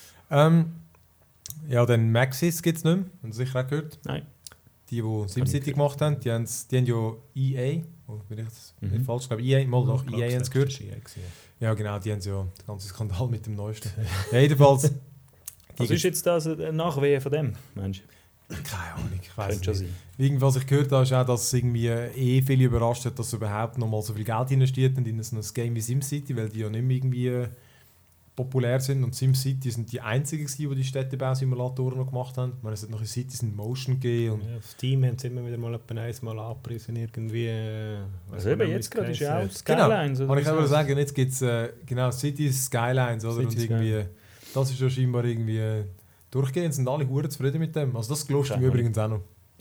Ja, dann Maxis gibt es nicht mehr. Haben Sie sicher auch gehört? Nein. Die SimCity gemacht haben, die haben ja EA, bin ich jetzt nicht falsch, ich glaube EA, mal doch, EA haben es gehört. Ja genau, die haben ja den ganzen Skandal mit dem Neuesten. Ja, jedenfalls... Was ist jetzt das eine Nachwehe von dem, Mensch? Keine Ahnung, ich weiß Könnte schon nicht. sein. Irgendwas ich gehört habe, ist auch, dass es irgendwie viele überrascht hat, dass sie überhaupt noch mal so viel Geld investiert haben in so ein Game wie SimCity, weil die ja nicht mehr irgendwie populär sind. Und SimCity sind die einzigen, die Städtebausimulatoren noch gemacht haben. Ich meine, es hat noch in Cities in Motion gegeben. Und Ja, auf Steam haben sie immer wieder mal einmal angepriesen, irgendwie... Also eben, jetzt gerade ist ja auch genau, Skylines. kann ich aber sagen, jetzt gibt es genau Cities, Skylines, oder? Cities, und irgendwie, das ist ja scheinbar irgendwie durchgehend, sind alle hure zufrieden mit dem. Also das gelost mir übrigens auch noch.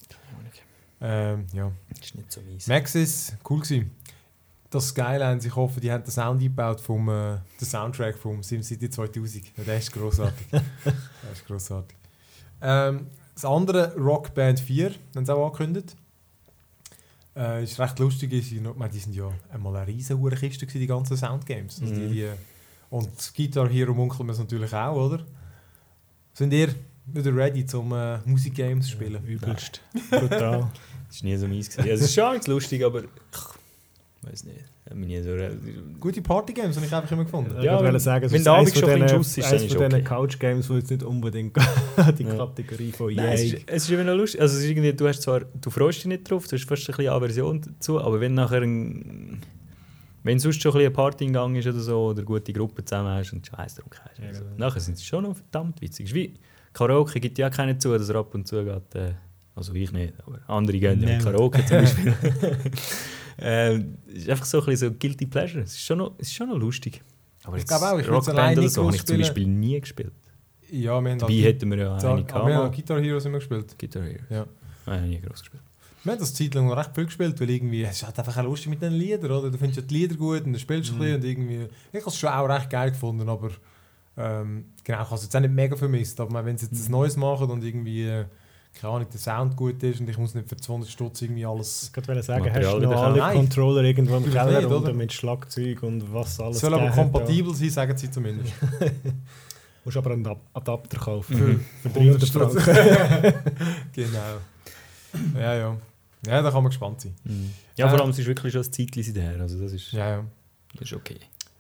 Ja. Das ist nicht so mies. Maxis, cool gewesen. Das Skylines, ich hoffe, die haben den Sound eingebaut vom den Soundtrack vom SimCity 2000. Ja, der ist grossartig. Der ist grossartig. Das andere, Rock Band 4, haben sie auch angekündigt. Ist recht lustig, die sind ja einmal eine riesen Kiste gewesen, die ganzen Soundgames. Also und Guitar Hero munkelt man es natürlich auch, oder? Sind ihr wieder ready zum Musikgames spielen? Übelst. Brutal. Das war nie so mies. Also, es ist schon ganz lustig, aber ich weiß nicht. Ich habe mich nie so... Gute Partygames habe ich einfach immer gefunden. Ja, Ich wollte sagen, es wenn ist der eines Abend schon ein von bisschen diesen Schuss ist, dann ist von diesen okay. Couch-Games, die jetzt nicht unbedingt die Kategorie von Nein, es EA... ist immer noch lustig. Also es ist irgendwie, du freust dich nicht drauf, du hast fast ein bisschen Aversion dazu, aber wenn nachher wenn sonst schon ein bisschen eine Party in Gang ist oder so, oder eine gute Gruppe zusammen hast und Scheiß darum hast, Ja, also, genau. nachher sind sie schon noch verdammt witzig. Es ist wie Karaoke gibt ja keinen zu, dass er ab und zu geht. Also ich nicht, aber andere gehen ja Nein. mit Karaoke zum Beispiel. Es ist einfach so ein bisschen so Guilty Pleasure. Es ist schon noch lustig. Aber Ich jetzt glaube auch, ich würde es Rockband alleine oder nicht so habe ich zum spielen. Beispiel nie gespielt. Ja, wir haben Dabei hätten wir ja eine wir haben auch gehabt. Guitar Heroes immer gespielt. Guitar Hero. Ja. Nein, ich habe nie groß gespielt. Wir haben das Zeit lang noch recht viel gespielt, weil irgendwie, es ist halt einfach auch lustig mit den Liedern, oder? Du findest ja die Lieder gut und dann spielst du ein bisschen und irgendwie... Ich habe es schon auch recht geil gefunden, aber genau, ich habe es jetzt auch nicht mega vermisst, aber wenn sie jetzt ein Neues machen und irgendwie, keine Ahnung, der Sound gut ist und ich muss nicht für 200 Stutz irgendwie alles... Ich wollte sagen, Material hast du noch wieder alle Nein. Controller irgendwo im Natürlich Keller nicht, oder? unten mit Schlagzeug und was alles Es soll aber gegeben hat, kompatibel sein, sagen sie zumindest. ja. Du musst aber einen Adapter kaufen. Für Für 300 Stutz. Franken. Genau. Ja. Ja, da kann man gespannt sein. Ja, vor allem, es ist wirklich schon ein Zeitchen her. Also das ist, Ja. das ist okay.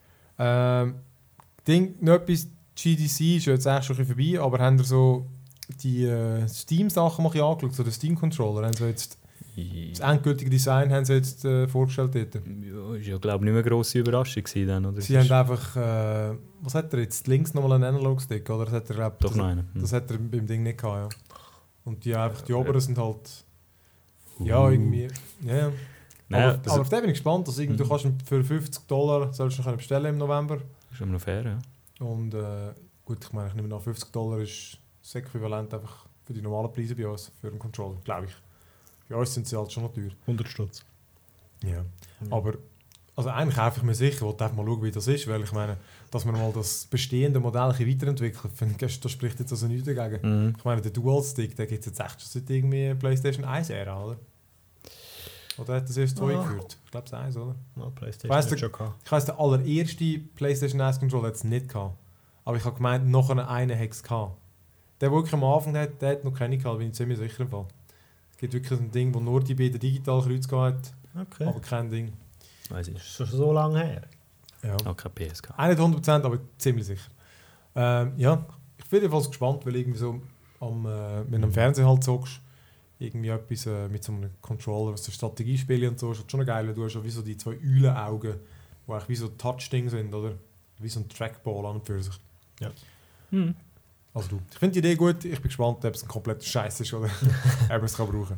Ding, noch etwas, GDC ist ja jetzt eigentlich schon ein bisschen vorbei, aber haben ihr so die Steam-Sachen mal ein bisschen angeschaut, so den Steam-Controller, haben sie jetzt das endgültige Design haben sie jetzt vorgestellt dort. Ja, ist ja, glaube ich, nicht mehr eine grosse Überraschung gewesen dann, oder? Sie haben einfach, was hat er jetzt, links nochmal einen Analog-Stick, oder? Das hat er, glaub, Doch noch einen. das hat er beim Ding nicht gehabt, ja. Und die, einfach, die oberen sind halt, ja, irgendwie, ja. Nein, Aber auf den bin ich gespannt, also du kannst ihn für $50 sollst du noch bestellen im November. ist schon noch fair, ja. Und gut, ich meine, ich nehme noch $50 ist das Äquivalent einfach für die normalen Preise bei uns, für einen Controller, glaube ich. Bei uns sind sie halt schon noch teuer. 100 Stutz. Ja. Aber also eigentlich kaufe ich mir sicher, ich wollte einfach mal schauen, wie das ist, weil ich meine, dass man mal das bestehende Modell ein bisschen weiterentwickelt, finde ich, das spricht jetzt also nichts dagegen. Ich meine, der Dual-Stick, der gibt es jetzt echt schon seit irgendwie PlayStation 1-Ära, oder? Oder hat das erst 2 geführt? Ich glaube es 1, oder? Ja, PlayStation Ich weiss, der allererste PlayStation 1 Controller hat es nicht gehabt. Aber ich habe gemeint, noch einen hat es gehabt. Der wirklich am Anfang hat, der hat noch keine gehabt, bin ich ziemlich sicher im Fall. Es gibt wirklich ein Ding, wo nur die beiden digital Kreuz hat, Okay. aber kein Ding. Weiß ich. Das ist schon so lange her. Ja. Auch kein PSK. Auch nicht 100%, aber ziemlich sicher. Ja, ich bin jedenfalls gespannt, weil irgendwie so wenn du am Fernsehen halt zockst, irgendwie etwas mit so einem Controller, was so Strategiespiele und so, ist halt schon geil, weil du hast ja wie so die 2 Eulenaugen, die eigentlich wie so Touch-Ding sind, oder? Wie so ein Trackball an und für sich. Ja. Also du. Ich finde die Idee gut, ich bin gespannt, ob es ein kompletter Scheiß ist oder ob man es kann brauchen.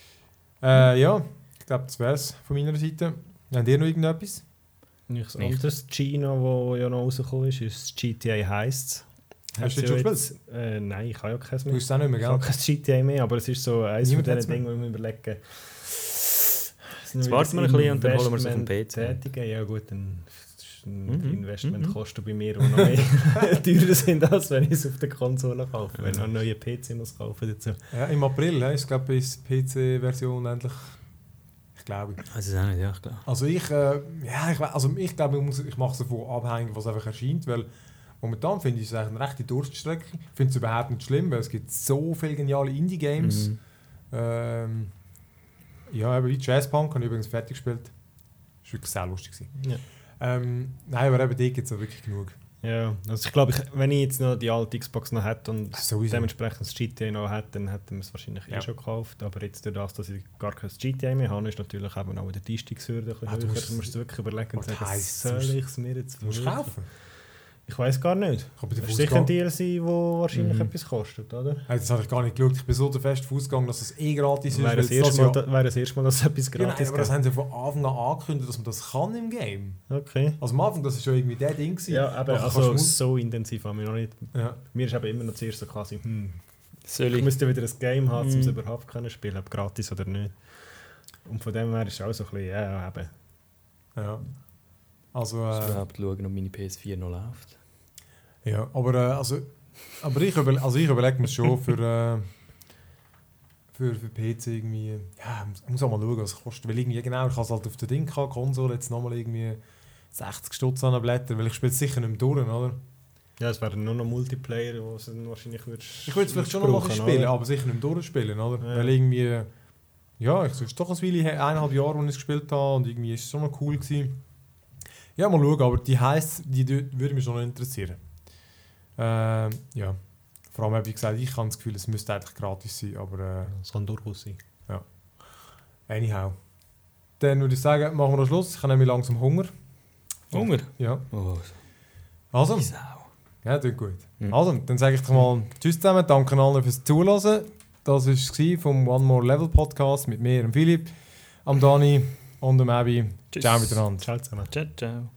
Ja, ich glaube, das wäre es von meiner Seite. Habt ihr noch irgendetwas? Nichts anderes. Gino, das ja noch rausgekommen ist GTA heisst. Hast du das schon gespielt? Nein, ich habe ja keins Du mehr. hast es auch nicht mehr, Ich gell? habe kein GTA mehr, aber es ist so eines von Niemand diesen hat's mehr. Dingen, die wir überlegen. Jetzt warten wir ein bisschen und dann holen wir es auf den PC. Tätigen. Ja gut, dann ist ein Investmentkosten bei mir, die noch mehr teurer sind, als wenn ich es auf der Konsole kaufe. Wenn ich noch einen neuen PC muss kaufen dazu. Ja, im April ist, glaube ich, die PC-Version endlich. Ich glaube. Also ist auch nicht, ja, klar. Also ich glaube, ich mache es davon abhängig, was einfach erscheint, weil momentan finde ich es eigentlich eine rechte Durststrecke. Ich finde es überhaupt nicht schlimm, weil es gibt so viele geniale Indie-Games. Ja, eben wie Jazzpunk habe ich übrigens fertig gespielt. Das war wirklich sehr lustig. Ja. Nein, aber eben die gibt es wirklich genug. Ja, also ich glaube, wenn ich jetzt noch die alte Xbox noch hätte und Sowieso. dementsprechend das GTA noch hätte, dann hätten wir es wahrscheinlich schon gekauft. Aber jetzt durch das, dass ich gar kein GTA mehr habe, ist natürlich eben auch der Einstiegshürde ein bisschen höher. Du musst es wirklich überlegen und sagen, soll ich es mir jetzt Musst du kaufen? Ich weiß gar nicht. Das ist sicher ein DLC, der wahrscheinlich etwas kostet, oder? Das habe ich gar nicht geschaut. Ich bin so fest ausgegangen, dass es gratis ist. Wäre das erste Mal, dass es etwas Genau, gratis aber das haben sie von Anfang an angekündigt, dass man das kann im Game. Okay. Also am Anfang, das ist schon irgendwie der Ding gewesen. Ja, aber Nachher also kannst du so intensiv haben wir noch nicht. Ja. Mir ist eben immer noch zuerst so quasi, Soll ich ich? müsste wieder ein Game haben, um es überhaupt können spielen, ob gratis oder nicht. Und von dem her ist es auch so ein bisschen, ja, eben. Ja. Also, Ich muss überhaupt schauen, ob meine PS4 noch läuft. ja, aber ich überlege mir schon für PC irgendwie, ja, ich muss auch mal schauen, was es kostet, weil irgendwie, genau, ich habe es halt auf der Konsole jetzt nochmal irgendwie 60 Stutz anblättern, weil ich spiele es sicher nicht mehr durch, oder? Ja, es wäre nur noch Multiplayer, wo es dann wahrscheinlich Ich würde es vielleicht schon noch mal spielen, aber sicher nicht mehr durchspielen, oder? Ja. Weil irgendwie, ja, es ist doch ein Weile, 1,5 Jahre, als ich es gespielt habe und irgendwie ist es schon noch cool gewesen. Ja, mal schauen, aber die würde mich schon noch interessieren. Ja, vor allem, wie gesagt, ich habe das Gefühl, es müsste eigentlich gratis sein, aber Das kann durchaus sein. anyhow. Dann würde ich sagen, machen wir den Schluss. Ich habe nämlich langsam Hunger. Hunger? Ja. Oh, Also, Sau. ja, tut gut. Also, dann sage ich doch mal Tschüss zusammen, danke allen fürs Zuhören. Das war es vom One More Level Podcast mit mir, dem Philipp, am Dani und dem Abby. Tschüss. Ciao miteinander. Ciao zusammen. Ciao, ciao.